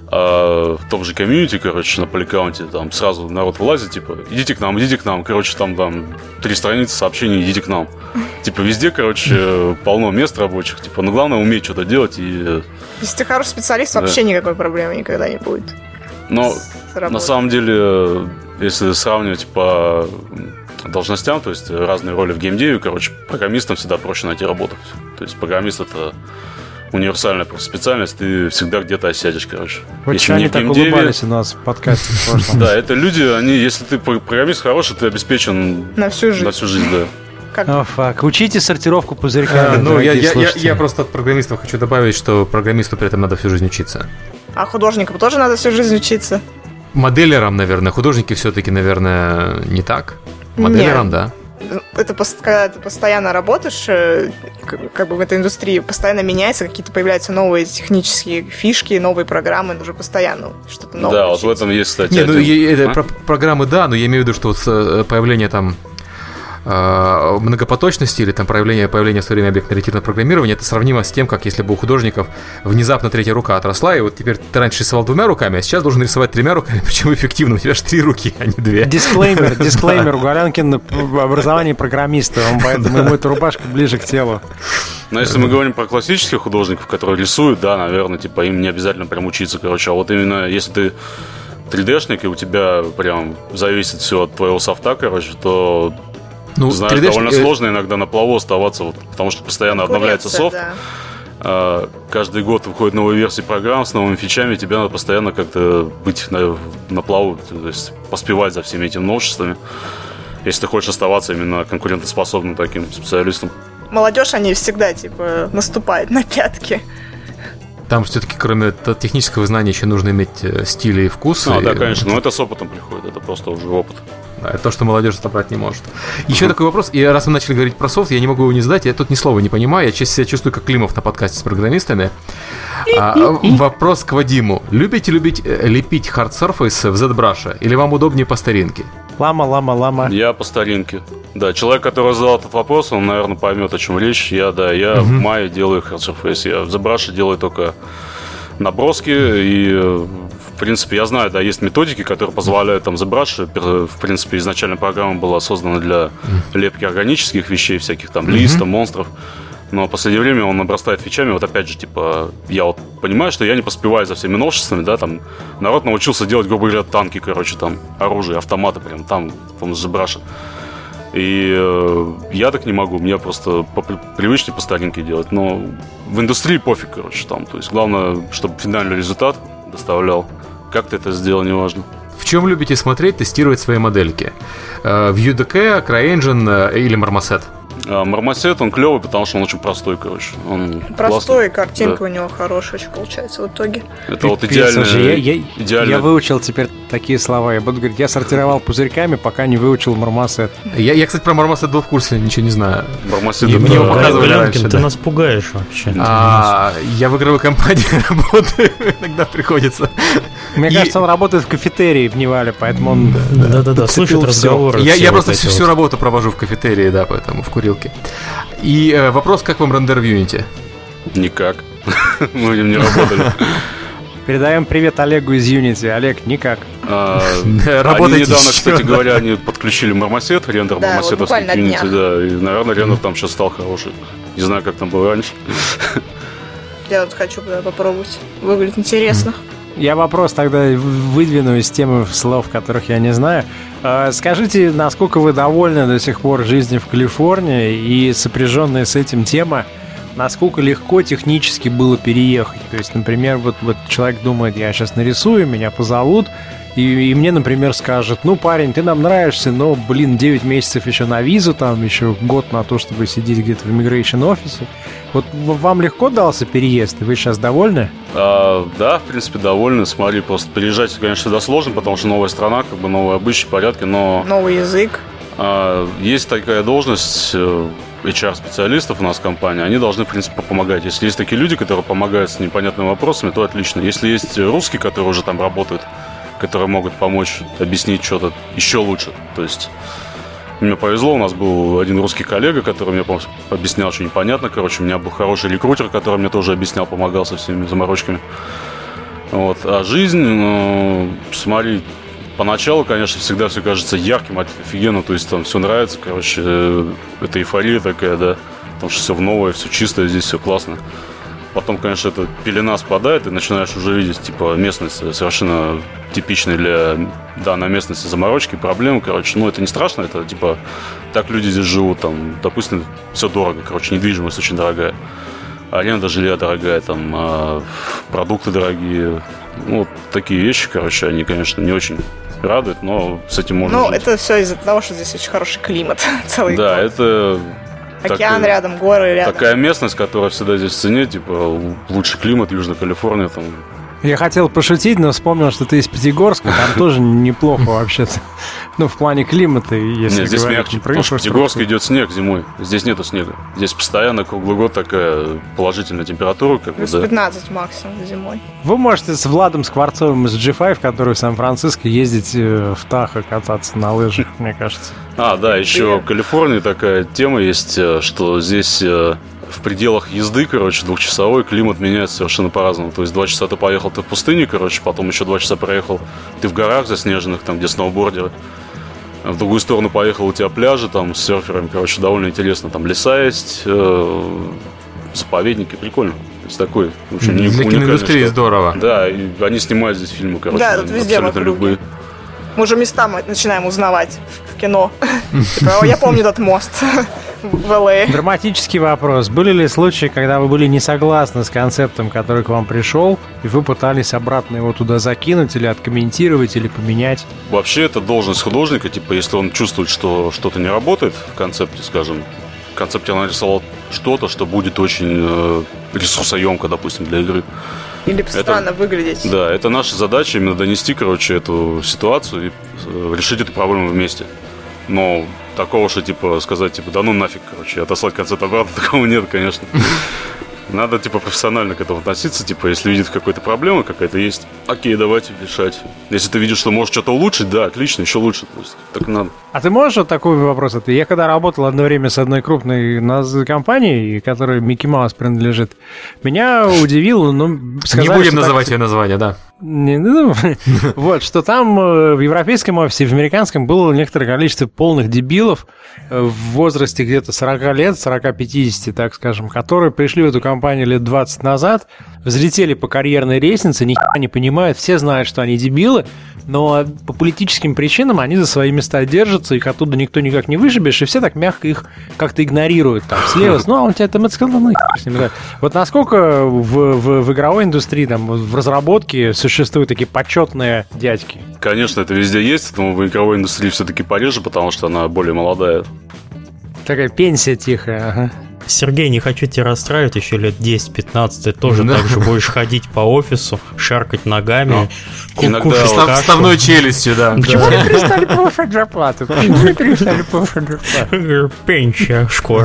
А в том же комьюнити, короче, на поликаунте, там сразу народ вылазит, типа, идите к нам, идите к нам. Короче, там, там три страницы сообщений, идите к нам. Типа, везде, короче, полно мест рабочих. Типа, ну, главное, уметь что-то делать и... Если ты хороший специалист, да. вообще никакой проблемы никогда не будет. Но, на самом деле, если сравнивать по должностям, то есть разные роли в геймдеве, короче, программистам всегда проще найти работу. То есть программист — это универсальная просто специальность, ты всегда где-то осядешь, короче. Вот если они не в так геймдеве, улыбались у нас в подкасте в прошлом. Да, это люди, они, если ты программист хороший, ты обеспечен на всю жизнь. На всю жизнь, да. О, фак. Учите сортировку пузырька. А, ну, я, я, я, я просто от программистов хочу добавить, что программисту при этом надо всю жизнь учиться. А художникам тоже надо всю жизнь учиться? Моделерам, наверное. Художники все-таки, наверное, не так. Моделерам, Нет. да. Это когда ты постоянно работаешь, как бы в этой индустрии постоянно меняется, какие-то появляются новые технические фишки, новые программы, уже постоянно что-то новое. Да, учить. вот в этом есть, кстати, Не, ну, один... это, а? про- программы, да, но я имею в виду, что вот появление там многопоточности или там проявление, появление в свое время объектно-ориентированного программирования, это сравнимо с тем, как если бы у художников внезапно третья рука отросла, и вот теперь ты раньше рисовал двумя руками, а сейчас должен рисовать тремя руками, причем эффективно, у тебя же три руки, а не две. Дисклеймер, дисклеймер, у Галянкина образование программиста, он поэтому ему эта рубашка ближе к телу. Но если мы говорим про классических художников, которые рисуют, да, наверное, типа им не обязательно прям учиться, короче, а вот именно если ты три дэ-шник, и у тебя прям зависит все от твоего софта, короче, то... Ну, знаешь, три дэ-шник... довольно сложно иногда на плаву оставаться, вот, потому что постоянно обновляется софт. Да. А, каждый год выходят новые версии программ с новыми фичами, тебе надо постоянно как-то быть на, на плаву, то есть поспевать за всеми этими новшествами, если ты хочешь оставаться именно конкурентоспособным таким специалистом. Молодежь, они всегда, типа, наступают на пятки. Там все-таки, кроме технического знания, еще нужно иметь стиль и вкус. А, и... да, конечно, но это с опытом приходит, это просто уже опыт. Да, это то, что молодежь отобрать не может. Еще uh-huh. такой вопрос, и раз мы начали говорить про софт, я не могу его не задать, я тут ни слова не понимаю, я себя чувствую как Климов на подкасте с программистами. а, вопрос к Вадиму. Любите любить лепить hard surface в ZBrush, или вам удобнее по старинке? Лама, лама, лама. Я по старинке. Да, человек, который задал этот вопрос, он, наверное, поймет, о чем речь. Я, да, я uh-huh. в мае делаю hard surface, я в ZBrush делаю только наброски, и, в принципе, я знаю, да, есть методики, которые позволяют там ZBrush, в принципе, изначально программа была создана для лепки органических вещей, всяких там листов, монстров, но в последнее время он обрастает фичами, вот опять же, типа, я вот понимаю, что я не поспеваю за всеми новшествами, да, там, народ научился делать, грубо говоря, танки, короче, там, оружие, автоматы прям там, там, с ZBrush. И э, я так не могу, мне просто по, привычнее по старинке делать. Но в индустрии пофиг, короче, там. То есть главное, чтобы финальный результат доставлял. Как ты это сделал, неважно. В чем любите смотреть, тестировать свои модельки? Э, в ю ди кей, CryEngine э, или Marmoset? Marmoset, он клевый, потому что он очень простой, короче. Он простой, картинка да. у него хорошая очень получается в итоге. Это вот идеально. Я, я, идеально. Я выучил теперь такие слова. Я буду говорить, я сортировал пузырьками, пока не выучил Marmoset. Я, я, кстати, про Marmoset был в курсе, ничего не знаю. Marmoset, мне да. его показывали раньше. Ты да. нас пугаешь вообще. А, я в игровой компании работаю, иногда приходится. Мне и... кажется, он работает в кафетерии в Невале, поэтому он... Да-да-да, слышит разговоры. Я, я просто всю, всю работу провожу в кафетерии, да, поэтому в курилке. И э, вопрос, как вам рендер в Unity? Никак. Мы в нем не работали. Передаем привет Олегу из Unity. Олег, никак. А, они недавно, кстати говоря, они подключили Marmoset, рендер Marmoset к Unity, да, и, наверное, рендер там сейчас стал хороший. Не знаю, как там было раньше. Я вот хочу попробовать. Выглядит интересно. Я вопрос тогда выдвину из темы слов, которых я не знаю. Скажите, насколько вы довольны до сих пор жизнью в Калифорнии и сопряженная с этим тема, насколько легко технически было переехать? То есть, например, вот, вот человек думает, я сейчас нарисую, меня позовут, и, и мне, например, скажут, ну, парень, ты нам нравишься, но, блин, девять месяцев еще на визу, там еще год на то, чтобы сидеть где-то в immigration офисе. Вот вам легко дался переезд, и вы сейчас довольны? А, да, в принципе, довольны. Смотри, просто переезжать, конечно, всегда сложно, потому что новая страна, как бы новые обычаи, порядки, но... Новый язык. А, есть такая должность эйч ар-специалистов у нас в компании, они должны, в принципе, помогать. Если есть такие люди, которые помогают с непонятными вопросами, то отлично. Если есть русские, которые уже там работают, которые могут помочь объяснить что-то еще лучше, то есть... Мне повезло, у нас был один русский коллега, который мне объяснял очень непонятно. Короче, у меня был хороший рекрутер, который мне тоже объяснял, помогал со всеми заморочками. Вот. А жизнь, ну, смотри, поначалу, конечно, всегда все кажется ярким, офигенно, то есть там все нравится, короче, это эйфория такая, да, потому что все новое, все чистое, здесь все классно. Потом, конечно, эта пелена спадает, и начинаешь уже видеть, типа, местность совершенно типичная для данной местности заморочки, проблемы, короче, ну, это не страшно, это, типа, так люди здесь живут, там, допустим, все дорого, короче, недвижимость очень дорогая, аренда жилья дорогая, там, а продукты дорогие, ну, вот такие вещи, короче, они, конечно, не очень радуют, но с этим можно Ну, жить. это все из-за того, что здесь очень хороший климат целый Да, год. это... Океан такая, рядом, горы рядом. Такая местность, которая всегда здесь в цене, типа, лучший климат, Южная Калифорния, там. Я хотел пошутить, но вспомнил, что ты из Пятигорска, там тоже неплохо вообще-то. Ну, в плане климата, если Нет, здесь говорить мягче, не про потому что в Пятигорске инфраструктуру. идет снег зимой. Здесь нету снега. Здесь постоянно круглый год такая положительная температура, как бы, Плюс да. пятнадцать максимум зимой. Вы можете с Владом Скворцовым из джи пять, который в Сан-Франциско, ездить э, в Тахо, кататься на лыжах, мне кажется. А, да, еще в Калифорнии такая тема есть, э, что здесь э, в пределах езды, короче, двухчасовой климат меняется совершенно по-разному. То есть два часа ты поехал, ты в пустыне, короче, потом еще два часа проехал, ты в горах заснеженных, там, где сноубордеры. В другую сторону поехал, у тебя пляжи там с серферами, короче, довольно интересно. Там леса есть, э, заповедники, прикольно. То есть такой, в общем, Для уникальный киноиндустрии штат. здорово. Да, и они снимают здесь фильмы, короче, Да, тут везде абсолютно вокруг. любые. Мы уже места мы начинаем узнавать в кино. Типа, «О, я помню этот мост в эл эй». Драматический вопрос. Были ли случаи, когда вы были не согласны с концептом, который к вам пришел, и вы пытались обратно его туда закинуть, или откомментировать, или поменять? Вообще, это должность художника, типа, если он чувствует, что что-то не работает в концепте, скажем, в концепте он нарисовал что-то, что будет очень э, ресурсоемко, допустим, для игры. Или странно выглядеть. Да, это наша задача именно донести, короче, эту ситуацию и э, решить эту проблему вместе. Но такого, что, типа, сказать, типа, да ну нафиг, короче, отослать концепт обратно, такого нет, конечно. Надо, типа, профессионально к этому относиться, типа, если видит какая-то проблема какая-то есть, окей, давайте решать. Если ты видишь, что можешь что-то улучшить, да, отлично, еще лучше, то есть, так и надо. А ты можешь вот такой вопрос ответить? Я когда работал одно время с одной крупной наз- компанией, которой Микки Маус принадлежит, меня удивило, ну, сказали, Не будем что называть так- ее название, да. Не, ну, вот, что там э, в европейском офисе, в американском было некоторое количество полных дебилов э, в возрасте где-то сорок лет, сорок-пятьдесят, так скажем, которые пришли в эту компанию лет двадцать назад, взлетели по карьерной лестнице, ни хера не понимают, все знают, что они дебилы, но по политическим причинам они за свои места держатся, их оттуда никто никак не вышибешь, и все так мягко их как-то игнорируют. Там слева, ну, а он тебя там это сказал, ну, и с ним, да. Вот насколько в, в, в игровой индустрии, там, в разработке существуют такие почетные дядьки? Конечно, это везде есть, но в игровой индустрии все-таки пореже, потому что она более молодая. Такая пенсия тихая, ага. Сергей, не хочу тебя расстраивать, еще лет десять-пятнадцать ты тоже Да. так же будешь ходить по офису, шаркать ногами, ку- Иногда кушать вот Встав- кашу. Вставной челюстью, да. Почему вы перестали повышать зарплату? Почему вы перестали повышать зарплату? Пенсия скоро.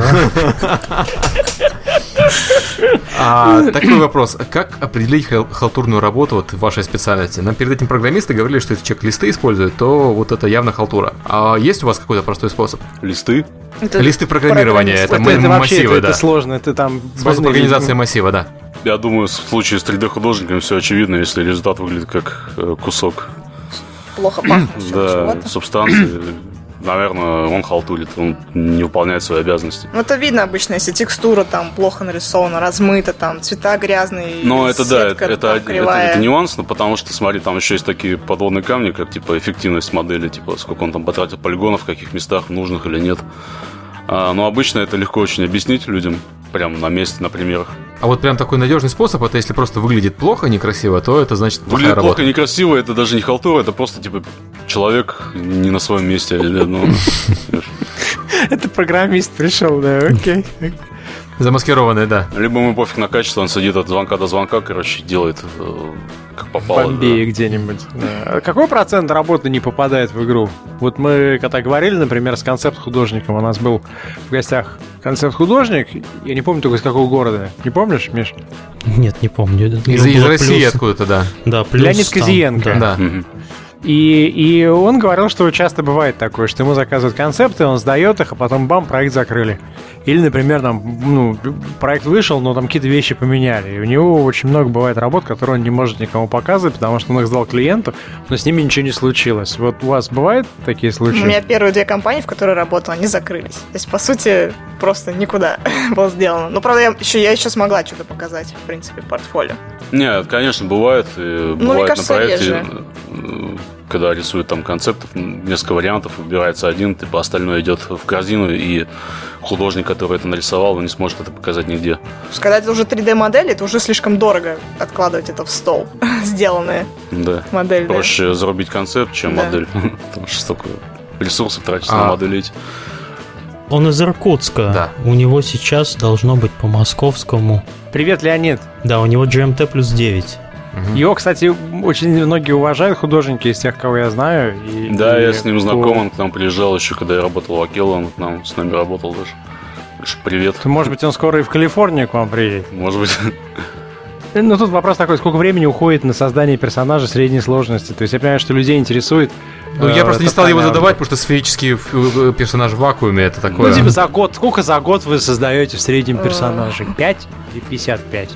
А, такой вопрос. Как определить хал- халтурную работу вот в вашей специальности? Нам перед этим программисты говорили, что если человек листы использует, то вот это явно халтура. А есть у вас какой-то простой способ? Листы. Это Листы программирования, программист. это Это, это м- вообще, массивы, это, да. это сложно, это там... Способ больные организации люди. массива, да. Я думаю, в случае с три дэ-художниками все очевидно, если результат выглядит как э, кусок Плохо пахнет да, чего-то. субстанции. Наверное, он халтурит, он не выполняет свои обязанности. Ну, это видно обычно, если текстура там плохо нарисована, размыта, там цвета грязные. Но это да, сетка это, там это, кривая. это нюанс, но потому что, смотри, там еще есть такие подводные камни, как типа эффективность модели, типа сколько он там потратил полигонов, в каких местах, нужных или нет. А, но обычно это легко очень объяснить людям, прямо на месте, на примерах. А вот прям такой надежный способ, это если просто выглядит плохо, некрасиво, то это значит плохая Выглядит работа. плохо и некрасиво, это даже не халтура, это просто типа человек не на своем месте. или, ну, Это программист пришел, да, окей. Замаскированный, да. Либо ему пофиг на качество, он сидит от звонка до звонка, короче, делает э, как В попало. Бомбее где-нибудь. Да. А какой процент работы не попадает в игру? Вот мы когда говорили, например, с концепт-художником, у нас был в гостях концепт-художник, я не помню только из какого города. Не помнишь, Миш? Нет, не помню. Из, Ну, из было России плюс- откуда-то, да. Да, плюс Леонид там, Козиенко. да. Да. Мгм. И, и он говорил, что часто бывает такое, что ему заказывают концепты, он сдает их, а потом бам, проект закрыли. Или, например, там, ну, проект вышел, но там какие-то вещи поменяли. И у него очень много бывает работ, которые он не может никому показывать, потому что он их сдал клиенту, но с ними ничего не случилось. Вот у вас бывают такие случаи? У меня первые две компании, в которые работала, они закрылись. То есть, по сути, просто никуда было сделано. Но, правда, я еще, я еще смогла что-то показать, в принципе, в портфолио. Нет, конечно, бывает. И ну, бывает мне кажется, на проекте, реже. Когда рисуют там концептов, несколько вариантов, выбирается один, типа остальное идет в корзину, и художник, который это нарисовал, он не сможет это показать нигде. Когда это уже три дэ-модель, это уже слишком дорого откладывать это в стол, сделанная да. модель. Проще да. зарубить концепт, чем да. модель. Потому что столько ресурсов тратится а. на моделить. Он из Иркутска. Да. У него сейчас должно быть по московскому. Привет, Леонид. Да, у него джи эм ти плюс девять. Угу. Его, кстати, очень многие уважают, художники из тех, кого я знаю. И, да, и я с ним по... знаком, он к нам приезжал еще, когда я работал в Акело, он к нам с нами работал даже. Привет. Может быть, он скоро и в Калифорнию к вам приедет? Может быть. Ну, тут вопрос такой, сколько времени уходит на создание персонажа средней сложности? То есть я понимаю, что людей интересует... Ну, э, я просто не стал его тотальная... задавать, потому что сферический персонаж в вакууме, это такое... Ну, типа за год. Сколько за год вы создаете в среднем персонажей? пять или пятьдесят пять?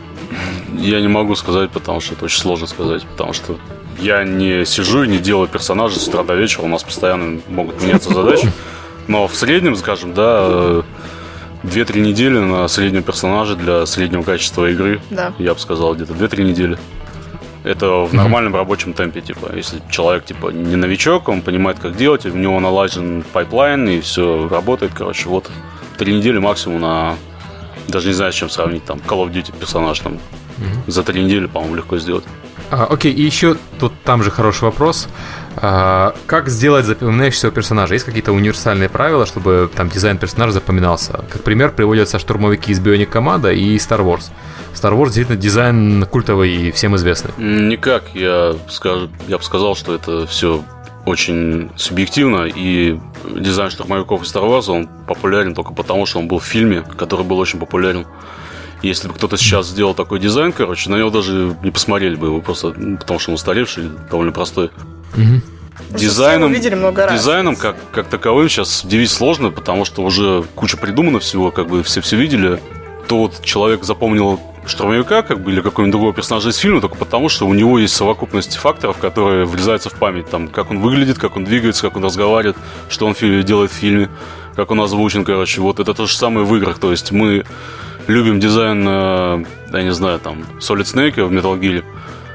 Я не могу сказать, потому что это очень сложно сказать, потому что я не сижу и не делаю персонажей с утра до вечера, у нас постоянно могут меняться задачи, но в среднем, скажем, да, две-три недели на среднего персонажа для среднего качества игры, да. я бы сказал, где-то две-три недели. Это в нормальном рабочем темпе, типа, если человек, типа, не новичок, он понимает, как делать, у него налажен пайплайн, и все работает, короче, вот, три недели максимум на... Даже не знаю, с чем сравнить, там, Call of Duty персонаж, там, mm-hmm. за три недели, по-моему, легко сделать. А, окей, и еще тут там же хороший вопрос. А, как сделать запоминающегося персонажа? Есть какие-то универсальные правила, чтобы там дизайн персонажа запоминался? Как пример приводятся штурмовики из Bionic Commando и Star Wars. В Star Wars действительно дизайн культовый и всем известный. Никак, я, скажу, я бы сказал, что это все очень субъективно, и дизайн штурмовиков из Star Wars, он популярен только потому, что он был в фильме, который был очень популярен. Если бы кто-то сейчас сделал такой дизайн, короче, на него даже не посмотрели бы его, просто потому что он устаревший, довольно простой. Угу. Дизайном, много раз. дизайном как, как таковым сейчас удивить сложно, потому что уже куча придумано всего, как бы все все видели. То вот человек запомнил штурмовика, как бы, или какого-нибудь другого персонажа из фильма, только потому, что у него есть совокупность факторов, которые врезаются в память. Там, как он выглядит, как он двигается, как он разговаривает, что он делает в фильме, как он озвучен, короче. Вот это то же самое в играх. То есть мы любим дизайн, я не знаю, там, Solid Snake в Metal Gear,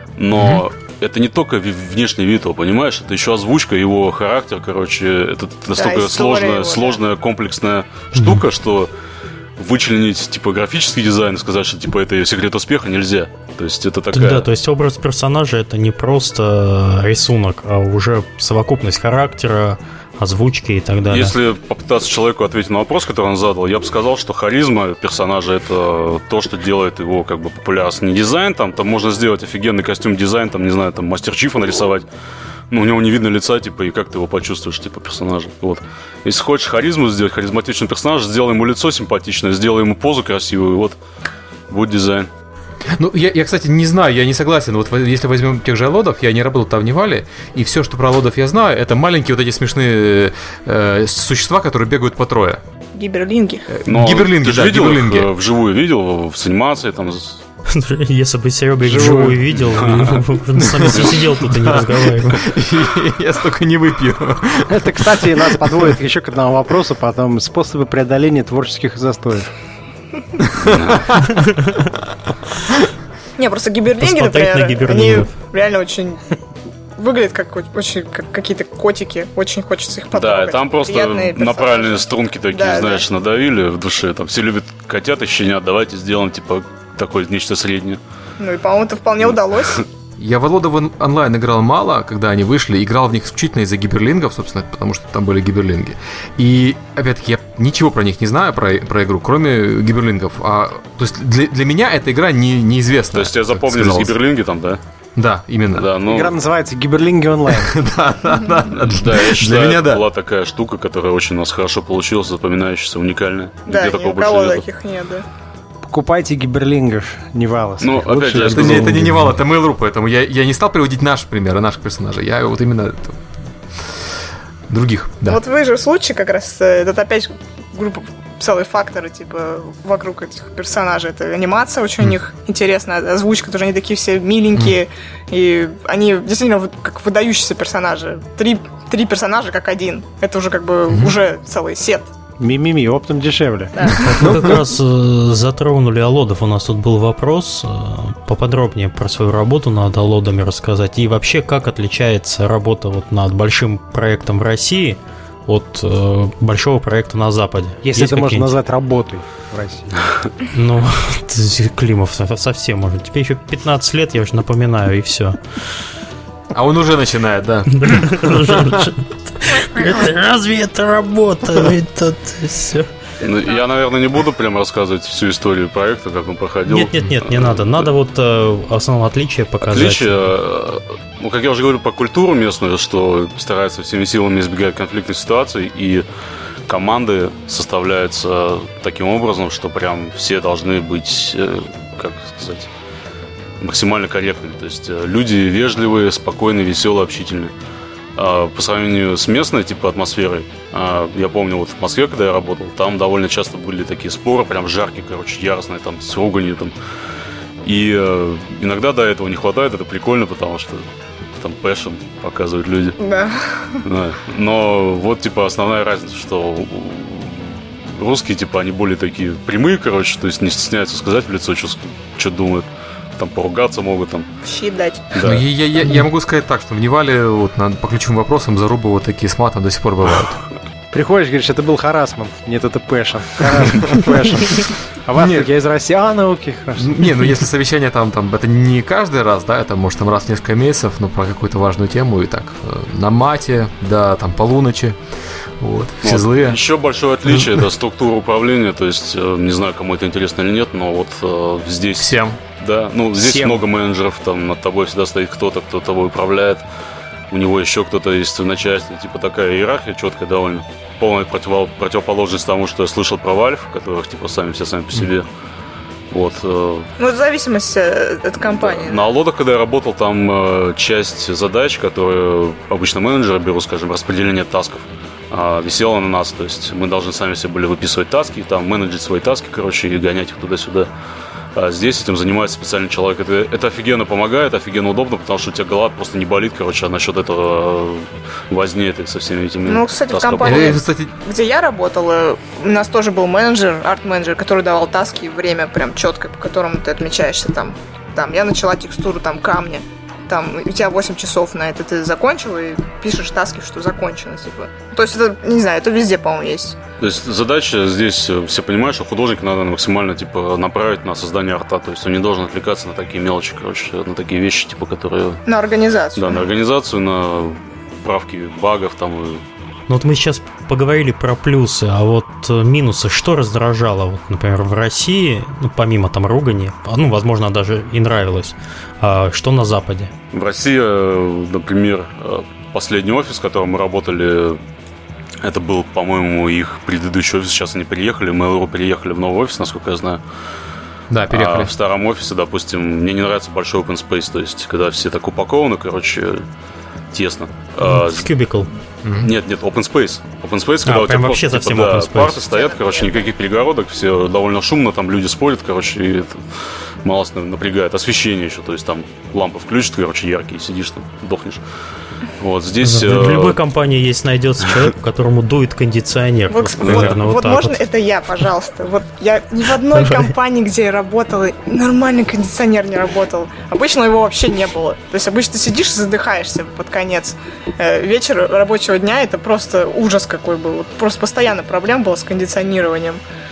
но mm-hmm. это не только внешний вид его, понимаешь? Это еще озвучка, его характер, короче. Это настолько да, сложная, его, сложная, да. комплексная mm-hmm. штука, что вычленить, типа, графический дизайн и сказать, что, типа, это секрет успеха нельзя. То есть это такая... Да, то есть образ персонажа — это не просто рисунок, а уже совокупность характера, озвучки и так далее. Если попытаться человеку ответить на вопрос, который он задал, я бы сказал, что харизма персонажа — это то, что делает его, как бы, популярным. Не дизайн, там, там можно сделать офигенный костюм, дизайн, там, не знаю, там, Мастер Чифа нарисовать, но у него не видно лица, типа, и как ты его почувствуешь, типа, персонажа. Вот. Если хочешь харизму сделать, харизматичный персонаж, сделай ему лицо симпатичное, сделай ему позу красивую, и вот будет дизайн. Ну, я, я, кстати, не знаю, я не согласен. Вот если возьмем тех же Алодов, я не работал там в Невале, и все, что про Алодов я знаю, это маленькие вот эти смешные э, существа, которые бегают по трое. Гиберлинги. Но гиберлинги, ты же да, видел гиберлинги. Их вживую, видел в анимации, там... Если бы Серега их вживую видел, он с нами сидел тут и не разговаривал. Я столько не выпью. Это, кстати, нас подводит еще к одному вопросу, потом способы преодоления творческих застоев. Не, просто гиберлинги, например, они реально очень выглядят как очень как какие-то котики, очень хочется их потрогать. Да, там просто на правильные струнки такие, да, знаешь, да. надавили в душе. Там все любят котят и щенят, давайте сделаем типа такое нечто среднее. Ну и, по-моему, это вполне удалось. Я в Алодов онлайн играл мало, когда они вышли, играл в них исключительно из-за гиберлингов, собственно, потому что там были гиберлинги. И, опять-таки, я ничего про них не знаю, про, про игру, кроме гиберлингов. А, то есть для, для меня эта игра не, неизвестна. То есть тебе запомнились гиберлинги там, да? Да, именно. Да, ну... Игра называется «Гиберлинги онлайн». Да, да, да. Да, я считаю, это была такая штука, которая очень у нас хорошо получилась, запоминающаяся, уникальная. Да, ни у кого таких нет, да. покупайте гиберлингов, Невала. Ну, опять же, это, не, это не Невал, это Mail.ru, поэтому я, я не стал приводить наши примеры, наших персонажей. Я вот именно это, других, да. Вот вы же в случае как раз, это опять группа, целые факторы, типа, вокруг этих персонажей. Это анимация очень mm. у них интересная, озвучка тоже, они такие все миленькие, mm. и они действительно как выдающиеся персонажи. Три, три персонажа как один. Это уже как бы mm. уже целый сет. Ми-ми-ми, оптом дешевле. Да. Мы как раз затронули Алодов. У нас тут был вопрос. Поподробнее про свою работу над Алодами рассказать. И вообще, как отличается работа вот над большим проектом в России от э, большого проекта на Западе? Если Есть это можно назвать работой в России. Ну, Климов совсем может. Тебе еще пятнадцать лет, я уже напоминаю, и все. А он уже начинает, да. Разве это работа? Все. Ну, я, наверное, не буду прям рассказывать всю историю проекта, как он проходил. Нет, нет, нет, не надо. Надо вот э, основное отличие показать. Отличие, ну, как я уже говорю, по культуру местную, что стараются всеми силами избегать конфликтных ситуаций, и команды составляются таким образом, что прям все должны быть, э, как сказать, максимально корректными. То есть люди вежливые, спокойные, веселые, общительные. По сравнению с местной типа атмосферой, я помню, вот в Москве, когда я работал, там довольно часто были такие споры, прям жаркие, короче, яростные, там, с руганью, там. И иногда до этого не хватает, это прикольно, потому что там пэшн показывают люди. Да. Да. Но вот, типа, основная разница, что русские, типа, они более такие прямые, короче, то есть не стесняются сказать в лицо, что, что думают. Там поругаться могут, там. Щит дать. Да. Ну, я, я, я могу сказать так, что в Невале вот, на, по ключевым вопросам зарубы вот такие с матом до сих пор бывают. Приходишь, говоришь, это был харассмент. Нет, это пэшн. Харассмент, пэшн. А в Африке я из России. А, науки, хорошо. Не, ну если совещание там, там, это не каждый раз, да, это может там раз в несколько месяцев, но про какую-то важную тему и так. На мате, да, там полуночи. Вот, все вот. Злые. Еще большое отличие это структура управления. То есть, не знаю, кому это интересно или нет, но вот э, здесь. Всем. Да, ну здесь Всем. много менеджеров, там над тобой всегда стоит кто-то, кто тобой управляет. У него еще кто-то есть в начальстве. Типа такая иерархия четкая довольно. Полная против... противоположность тому, что я слышал про Valve, которых типа сами все сами по себе. Вот. Ну, в зависимости от компании. На Алодах, когда я работал, там э, часть задач, которые обычно менеджеры берут, скажем, распределение тасков, э, висела на нас. То есть мы должны сами себе были выписывать таски, там менеджить свои таски, короче, и гонять их туда-сюда. А здесь этим занимается специальный человек. Это, это офигенно помогает, офигенно удобно, потому что у тебя голова просто не болит, короче, а насчет этого возни этой со всеми этими. Ну, кстати, в компании, где я работала, у нас тоже был менеджер, арт-менеджер, который давал таски и время прям четко, по которому ты отмечаешься там. Там я начала текстуру там камня. Там у тебя восемь часов на это ты закончил и пишешь таски, что закончено, типа. То есть это, не знаю, это везде, по-моему, есть. То есть задача здесь, все понимают, что художника надо максимально, типа, направить на создание арта. То есть он не должен отвлекаться на такие мелочи, короче, на такие вещи, типа, которые... На организацию. Да, на организацию, на правки багов там и... Ну вот мы сейчас поговорили про плюсы, а вот минусы, что раздражало, вот, например, в России, ну, помимо там ругани, ну, возможно, даже и нравилось, а что на Западе? В России, например, последний офис, в котором мы работали, это был, по-моему, их предыдущий офис, сейчас они переехали, Mail.ru переехали в новый офис, насколько я знаю. Да, переехали. А в старом офисе, допустим, мне не нравится большой open space, то есть, когда все так упакованы, короче, тесно. В cubicle. Нет, нет, open space. Open space, когда а, у тебя вообще просто, совсем типа, да, open space. Парты стоят, короче, никаких перегородок, все довольно шумно, там люди спорят, короче, и это мало напрягает. Освещение еще, то есть там лампы включат, короче, яркие, сидишь там, дохнешь. Вот здесь... В, в любой компании есть, найдется человек, которому дует кондиционер. Вот, вот, наверное, вот, вот можно вот. Это я, пожалуйста. Вот я ни в одной компании, где я работала, нормальный кондиционер не работал. Обычно его вообще не было. То есть обычно ты сидишь и задыхаешься под конец. Вечер рабочего дня — это просто ужас какой был. Просто постоянно проблема была с кондиционированием.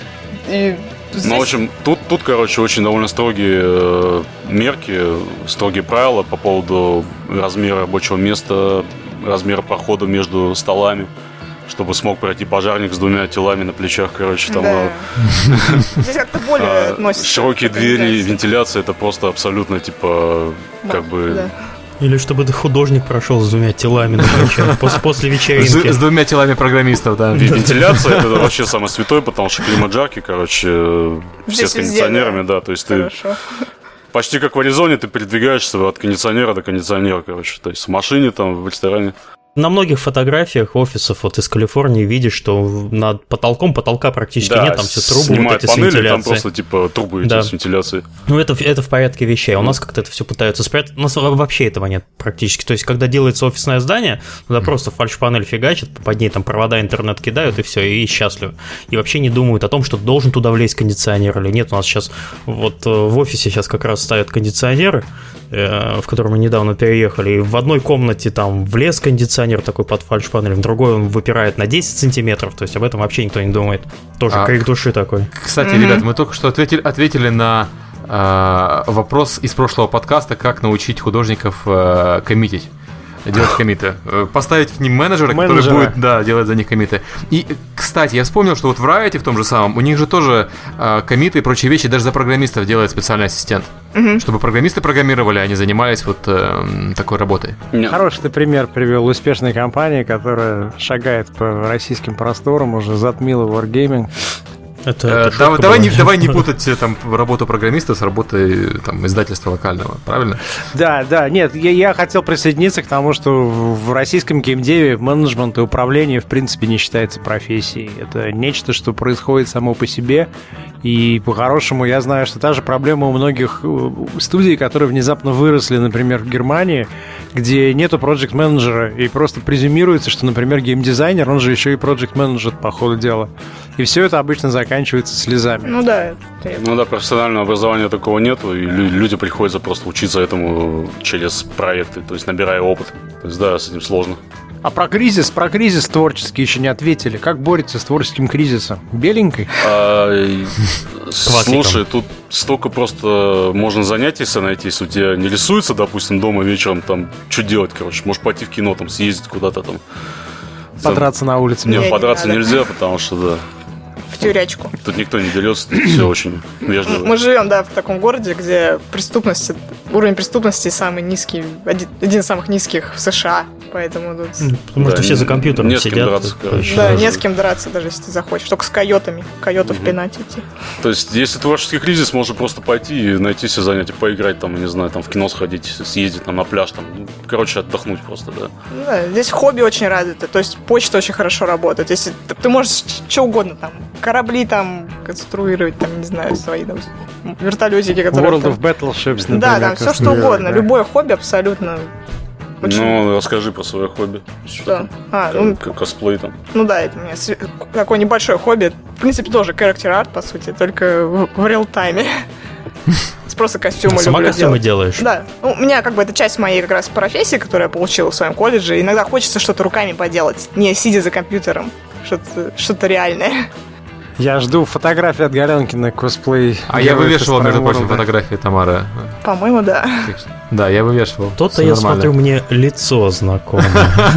И здесь... Ну, в общем, тут, тут, короче, очень довольно строгие э, мерки, строгие правила по поводу размера рабочего места, размера прохода между столами, чтобы смог пройти пожарник с двумя телами на плечах, короче, там... Да. Здесь как-то более относится. Широкие двери, вентиляция — это просто абсолютно, типа, как бы... Или чтобы ты художник прошел с двумя телами, например, после, после вечеринки. С, с двумя телами программистов, да. Вентиляция — это вообще самое святое, потому что климат жаркий, короче, все с кондиционерами, да, то есть ты... Почти как в Аризоне ты передвигаешься от кондиционера до кондиционера, короче, то есть в машине, там, в ресторане. На многих фотографиях офисов вот из Калифорнии видишь, что над потолком потолка практически да, нет, там все трубы вот эти панели, с вентиляцией. Там просто типа трубы эти да. с вентиляцией. Ну это, это в порядке вещей, а у нас как-то это все пытаются спрятать. У нас вообще этого нет практически. То есть когда делается офисное здание, туда просто фальш-панель фигачит, под ней там провода интернет кидают и все, и счастливы. И вообще не думают о том, что должен туда влезть кондиционер или нет. У нас сейчас вот в офисе сейчас как раз ставят кондиционеры, в который мы недавно переехали, и в одной комнате там влез кондиционер такой под фальш-панелем, в другой он выпирает на десять сантиметров, то есть об этом вообще никто не думает. Тоже а, крик души такой. Кстати, mm-hmm. ребят, мы только что ответили, ответили на э, вопрос из прошлого подкаста, как научить художников э, коммитить. Делать коммиты. Поставить к ним менеджера, менеджера, который будет да, делать за них коммиты. И, кстати, я вспомнил, что вот в Riot в том же самом, у них же тоже э, коммиты и прочие вещи даже за программистов делает специальный ассистент. Угу. Чтобы программисты программировали, а не занимались вот э, такой работой. Нет. Хороший ты пример привел успешной компании, которая шагает по российским просторам, уже затмила Wargaming. Это, это да, давай, не, давай не путать там, работу программиста с работой там, издательства локального, правильно? Да, да, нет, я, я хотел присоединиться к тому, что в российском геймдеве менеджмент и управление в принципе не считается профессией. Это нечто, что происходит само по себе. И по-хорошему я знаю, что та же проблема у многих студий, которые внезапно выросли, например, в Германии, где нету проект-менеджера, и просто презюмируется, что, например, геймдизайнер, он же еще и проект-менеджер по ходу дела. И все это обычно заканчивается слезами. Ну да. Ну да, профессионального образования такого нету, и люди приходится просто учиться этому через проекты, то есть набирая опыт. То есть да, с этим сложно. А про кризис, про кризис творческий еще не ответили. Как борется с творческим кризисом? Беленькой? А, слушай, тут столько просто можно занятий себе найти, если у тебя не рисуется, допустим, дома вечером, там, что делать, короче, можешь пойти в кино, там, съездить куда-то там. Подраться на улице. Нет, подраться не нельзя, потому что, да. В тюрячку. Тут никто не дерется, тут все очень вежливо. Мы живем, да, в таком городе, где преступность, уровень преступности самый низкий, один, один из самых низких в США, поэтому тут... Потому что да, все за компьютером не сидят. Драться, короче, да, даже. Не с кем драться, даже если ты захочешь, только с койотами, койотов угу. пинать идти. То есть, если творческий кризис, можно просто пойти и найти себе занятие, поиграть, там, не знаю, там, в кино сходить, съездить там, на пляж, там, ну, короче, отдохнуть просто, да. Да, здесь хобби очень развито, то есть почта очень хорошо работает, если ты, ты можешь что угодно там, корабли там конструировать, там, не знаю, свои там вертолетики, которые... World там... of Battleships, например. Да, там все что угодно, да. Любое хобби абсолютно... Очень... Ну, расскажи про свое хобби. Что? А, как, ну, как косплей там. Ну да, это у меня св... такое небольшое хобби. В принципе, тоже character art, по сути, только в, в реал-тайме. Просто костюмы. Сама костюмы делаешь? Да. Ну, у меня как бы это часть моей как раз профессии, которую я получила в своем колледже. Иногда хочется что-то руками поделать, не сидя за компьютером. Что-то, что-то реальное. Я жду фотографии от Галенкина, косплей. А я вывешивал, между прочим, фотографии Тамары. По-моему, да. Да, я вывешивал. То-то я смотрю, мне лицо знакомое.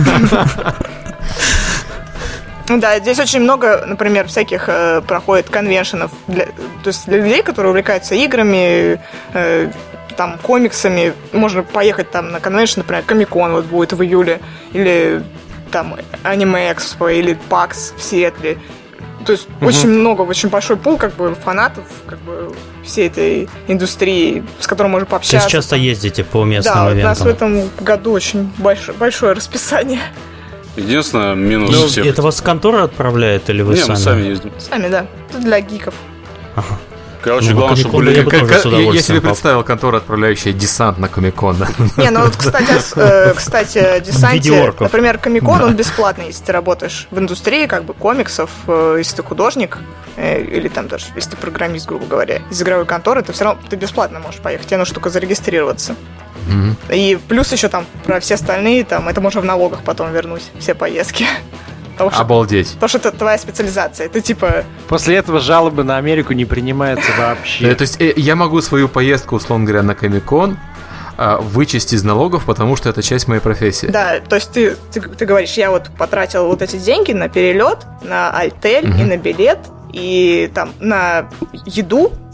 Да, здесь очень много, например, всяких э, проходит конвеншенов, для, то есть для людей, которые увлекаются играми, э, там, комиксами. Можно поехать там на конвеншн, например, Комик-кон вот будет в июле, или там Anime Expo, или пакс в Сиэтле. То есть угу. очень много, очень большой пул как бы фанатов как бы всей этой индустрии, с которой можно пообщаться. То есть часто ездите по местным да, ивентам? Да, у нас в этом году очень большое, большое расписание. Единственное, минус ну, всех. Это вас контора отправляет или вы Не, сами? мы сами ездим. Сами, да. Это для гиков. Ага. Короче, ну, главное, чтобы были... Я, как, я, я себе представил контору, отправляющая десант на Комик-кон. Не, ну вот, кстати, э, кстати, о десанте, например, Комик-кон, он бесплатный, если ты работаешь в индустрии, как бы, комиксов, э, если ты художник, э, или там даже, если ты программист, грубо говоря, из игровой конторы, ты все равно, ты бесплатно можешь поехать, тебе нужно только зарегистрироваться. Mm-hmm. И плюс еще там про все остальные, там, это можно в налогах потом вернуть, все поездки. Потому что, обалдеть. Потому что это твоя специализация. Ты типа... После этого жалобы на Америку не принимаются вообще. Да, то есть я могу свою поездку, условно говоря, на Комик-кон вычесть из налогов, потому что это часть моей профессии. Да, то есть ты, ты, ты говоришь, я вот потратил вот эти деньги на перелет, на альтель mm-hmm. и на билет, и там на еду,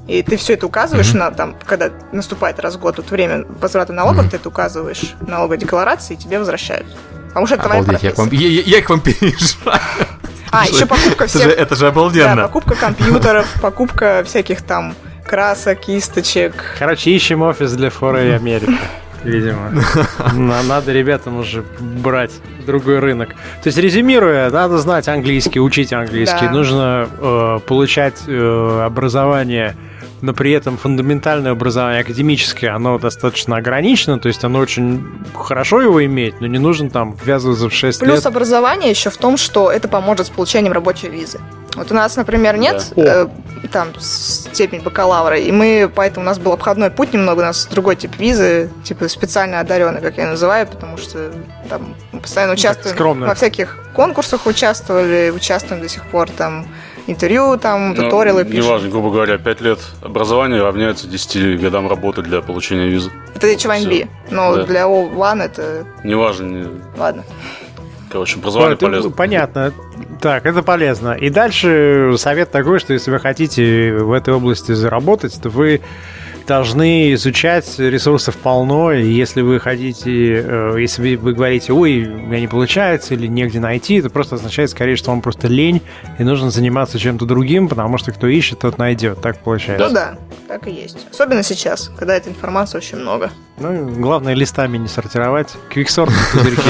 И ты все это указываешь, mm-hmm. на, там, когда наступает раз в год вот время возврата налогов, mm-hmm. ты это указываешь в налоговой декларации, и тебе возвращают. Потому что это твоя профессия. Я к вам, я, я, я к вам переезжаю. А, еще покупка всех... Это же, это же обалденно. Да, покупка компьютеров, покупка всяких там красок, кисточек. Короче, ищем офис для эф эй Америка, видимо. Надо ребятам уже брать другой рынок. То есть, резюмируя, надо знать английский, учить английский. Да. Нужно э, получать э, образование, но при этом фундаментальное образование академическое, оно достаточно ограничено, то есть оно очень хорошо его иметь, но не нужно там ввязываться в шесть лет. Плюс образование еще в том, что это поможет с получением рабочей визы. Вот у нас, например, нет да. э, там степень бакалавра, и мы, поэтому у нас был обходной путь немного, у нас другой тип визы, типа специально одаренный, как я называю, потому что там мы постоянно участвуем во всяких конкурсах, участвовали, участвуем до сих пор там. Интервью, там, ну, туториалы пишут. Неважно, грубо говоря, пять лет образования равняется десяти годам работы для получения визы. Это эйч один би, но да. для о один это... Неважно. Не... Ладно. Короче, образование Ой, полезно. Понятно. Так, это полезно. И дальше совет такой, что если вы хотите в этой области заработать, то вы должны изучать, ресурсов полно, и если вы хотите, если вы говорите, ой, у меня не получается, или негде найти, это просто означает скорее, что вам просто лень, и нужно заниматься чем-то другим, потому что кто ищет, тот найдет. Так получается. Ну да, так и есть. Особенно сейчас, когда этой информации очень много. Ну, главное, листами не сортировать. Квиксорт в пузырьке.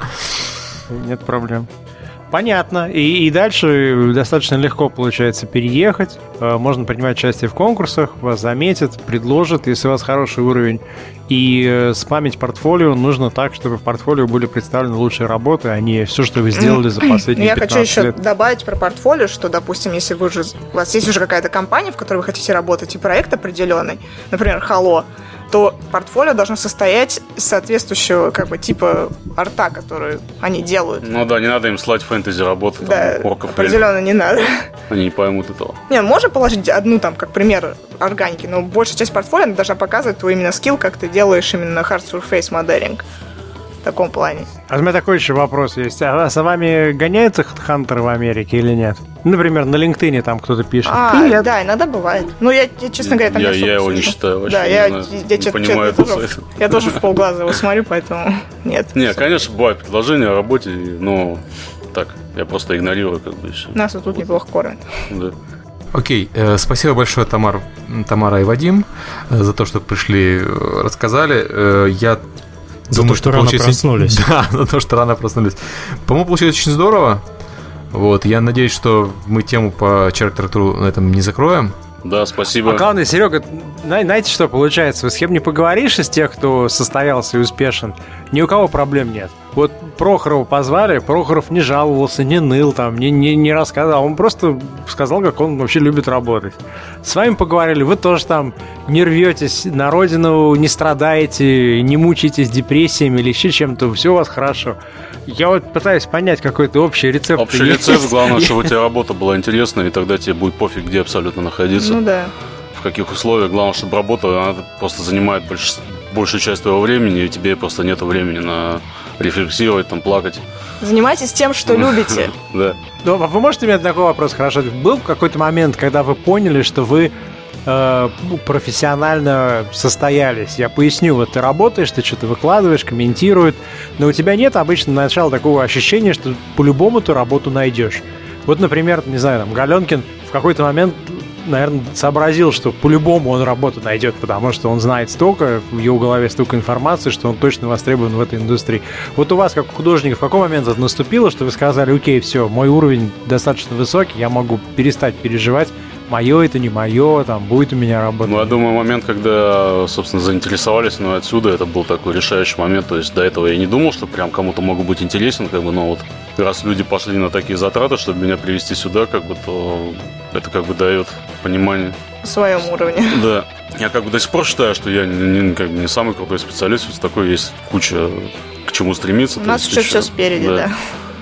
Нет проблем. Понятно. И, и дальше достаточно легко получается переехать. Можно принимать участие в конкурсах, вас заметят, предложат, если у вас хороший уровень. И спамить портфолио нужно так, чтобы в портфолио были представлены лучшие работы, а не все, что вы сделали за последние Я пятнадцать хочу еще лет. добавить про портфолио, что, допустим, если вы уже, у вас есть уже какая-то компания, в которой вы хотите работать, и проект определенный, например, Halo, то портфолио должно состоять из соответствующего как бы типа арта, который они делают. Ну да, не надо им слать фэнтези работы. Да, там, орков, определенно или... не надо. Они не поймут этого. Не, можно положить одну там, как пример органики, но большая часть портфолио должна показывать твой именно скилл, как ты делаешь именно hard surface моделинг. В таком плане. А у меня такой еще вопрос есть. А за вами гоняются хантеры в Америке или нет? Например, на LinkedIn там кто-то пишет. А, Привет. Да, иногда бывает. Ну, я, я честно говоря, там я, не особо я его слышу. не считаю вообще. Да, не я, знаю, я, не я, понимаю я, тоже, я тоже в полглаза его смотрю, поэтому нет. Не, конечно, бывают предложения о работе, но так, я просто игнорирую как бы все. Нас вот тут неплохо кормят. Да. Окей, э, спасибо большое, Тамар, Тамара и Вадим, э, за то, что пришли, э, рассказали. Э, я За думаю, то, что, что рано получилось... проснулись. Да, за то, что рано проснулись. По-моему, получилось очень здорово. Вот, я надеюсь, что мы тему по Character на этом не закроем. Да, спасибо. А главное, Серега, знаете, что получается? Вот с кем не поговоришь из тех, кто состоялся и успешен, ни у кого проблем нет. Вот Прохорова позвали, Прохоров не жаловался, не ныл, там, не, не, не рассказал. Он просто сказал, как он вообще любит работать. С вами поговорили, вы тоже там не рветесь на родину, не страдаете, не мучаетесь депрессиями или еще чем-то, все у вас хорошо. Я вот пытаюсь понять какой-то общий рецепт. Общий рецепт, главное, чтобы у тебя работа была интересная, и тогда тебе будет пофиг, где абсолютно находиться. Ну да. В каких условиях. Главное, чтобы работа, она просто занимает больш... большую часть твоего времени, и тебе просто нет времени на рефлексировать, там, плакать. Занимайтесь тем, что любите. Да. Вы можете мне такой вопрос, хорошо? Был в какой-то момент, когда вы поняли, что вы э, профессионально состоялись? Я поясню, вот ты работаешь, ты что-то выкладываешь, комментируешь, но у тебя нет обычно начала такого ощущения, что по-любому ты работу найдешь. Вот, например, не знаю, там, Галенкин в какой-то момент, наверное, сообразил, что по-любому он работу найдет, потому что он знает столько, в его голове столько информации, что он точно востребован в этой индустрии. Вот у вас, как у художника, в какой момент это наступило, что вы сказали, окей, все, мой уровень достаточно высокий, я могу перестать переживать, мое это не мое, там, будет у меня работа? Ну, я думаю, момент, когда, собственно, заинтересовались, но отсюда это был такой решающий момент, то есть до этого я не думал, что прям кому-то могу быть интересен, как бы, но вот раз люди пошли на такие затраты, чтобы меня привести сюда, как бы, то это как бы дает понимание. В своем уровне. Да. Я как бы до сих пор считаю, что я не, не, как бы не самый крутой специалист, ведь такой есть куча к чему стремиться. У нас еще все спереди, да.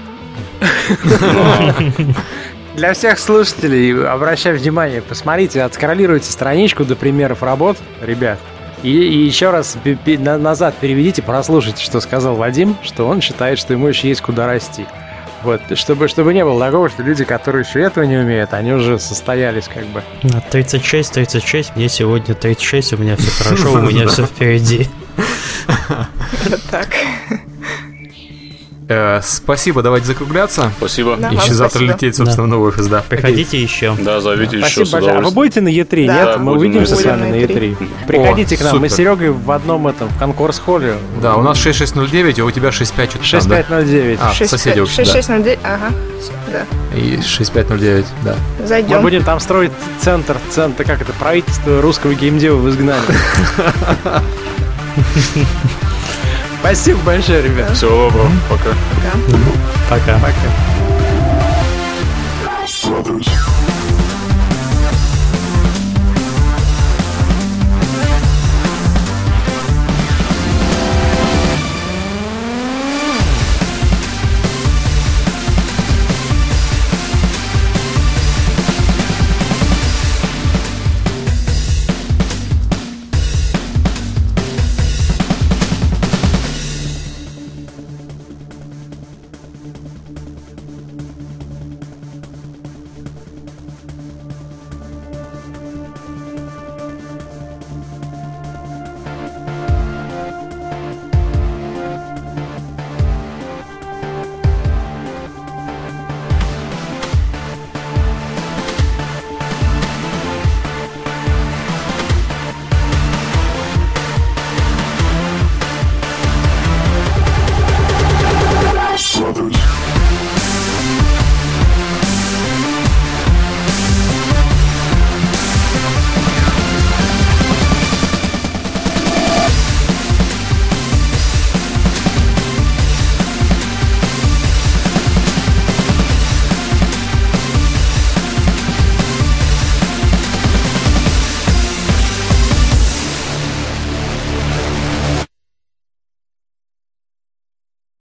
Для всех слушателей, обращаю внимание, посмотрите, отскроллируйте страничку до примеров работ, ребят. И, и еще раз пи- пи- на- назад переведите, прослушайте, что сказал Вадим, что он считает, что ему еще есть куда расти. Вот, чтобы, чтобы не было такого, что люди, которые еще этого не умеют, они уже состоялись как бы. тридцать шесть, тридцать шесть, мне сегодня тридцать шесть, у меня все хорошо, у меня все впереди. Так. Э, спасибо, давайте закругляться. Спасибо. Да. Еще Вам завтра спасибо. лететь, собственно, в новый офис, да. Приходите еще. Да, зовите еще Спасибо с большое. А вы удовольствием. будете на Е три, Да. нет? Да, Мы будем увидимся на с вами на Е три. Е три. Приходите О, к нам, мы с супер. Серегой в одном этом, в конкурс-холле. Да, у нас шесть шесть ноль девять, а у тебя шесть пять что-то там, шесть да? пять ноль девять. А, соседи, в общем, шесть да. шесть ноль девять, ага, да. И шесть пять ноль девять, да. Мы Зайдем. будем там строить центр, центр, как это, правительство русского геймдева в изгнании. Спасибо большое, ребят. Всего доброго. Пока. Пока. Пока. Brothers.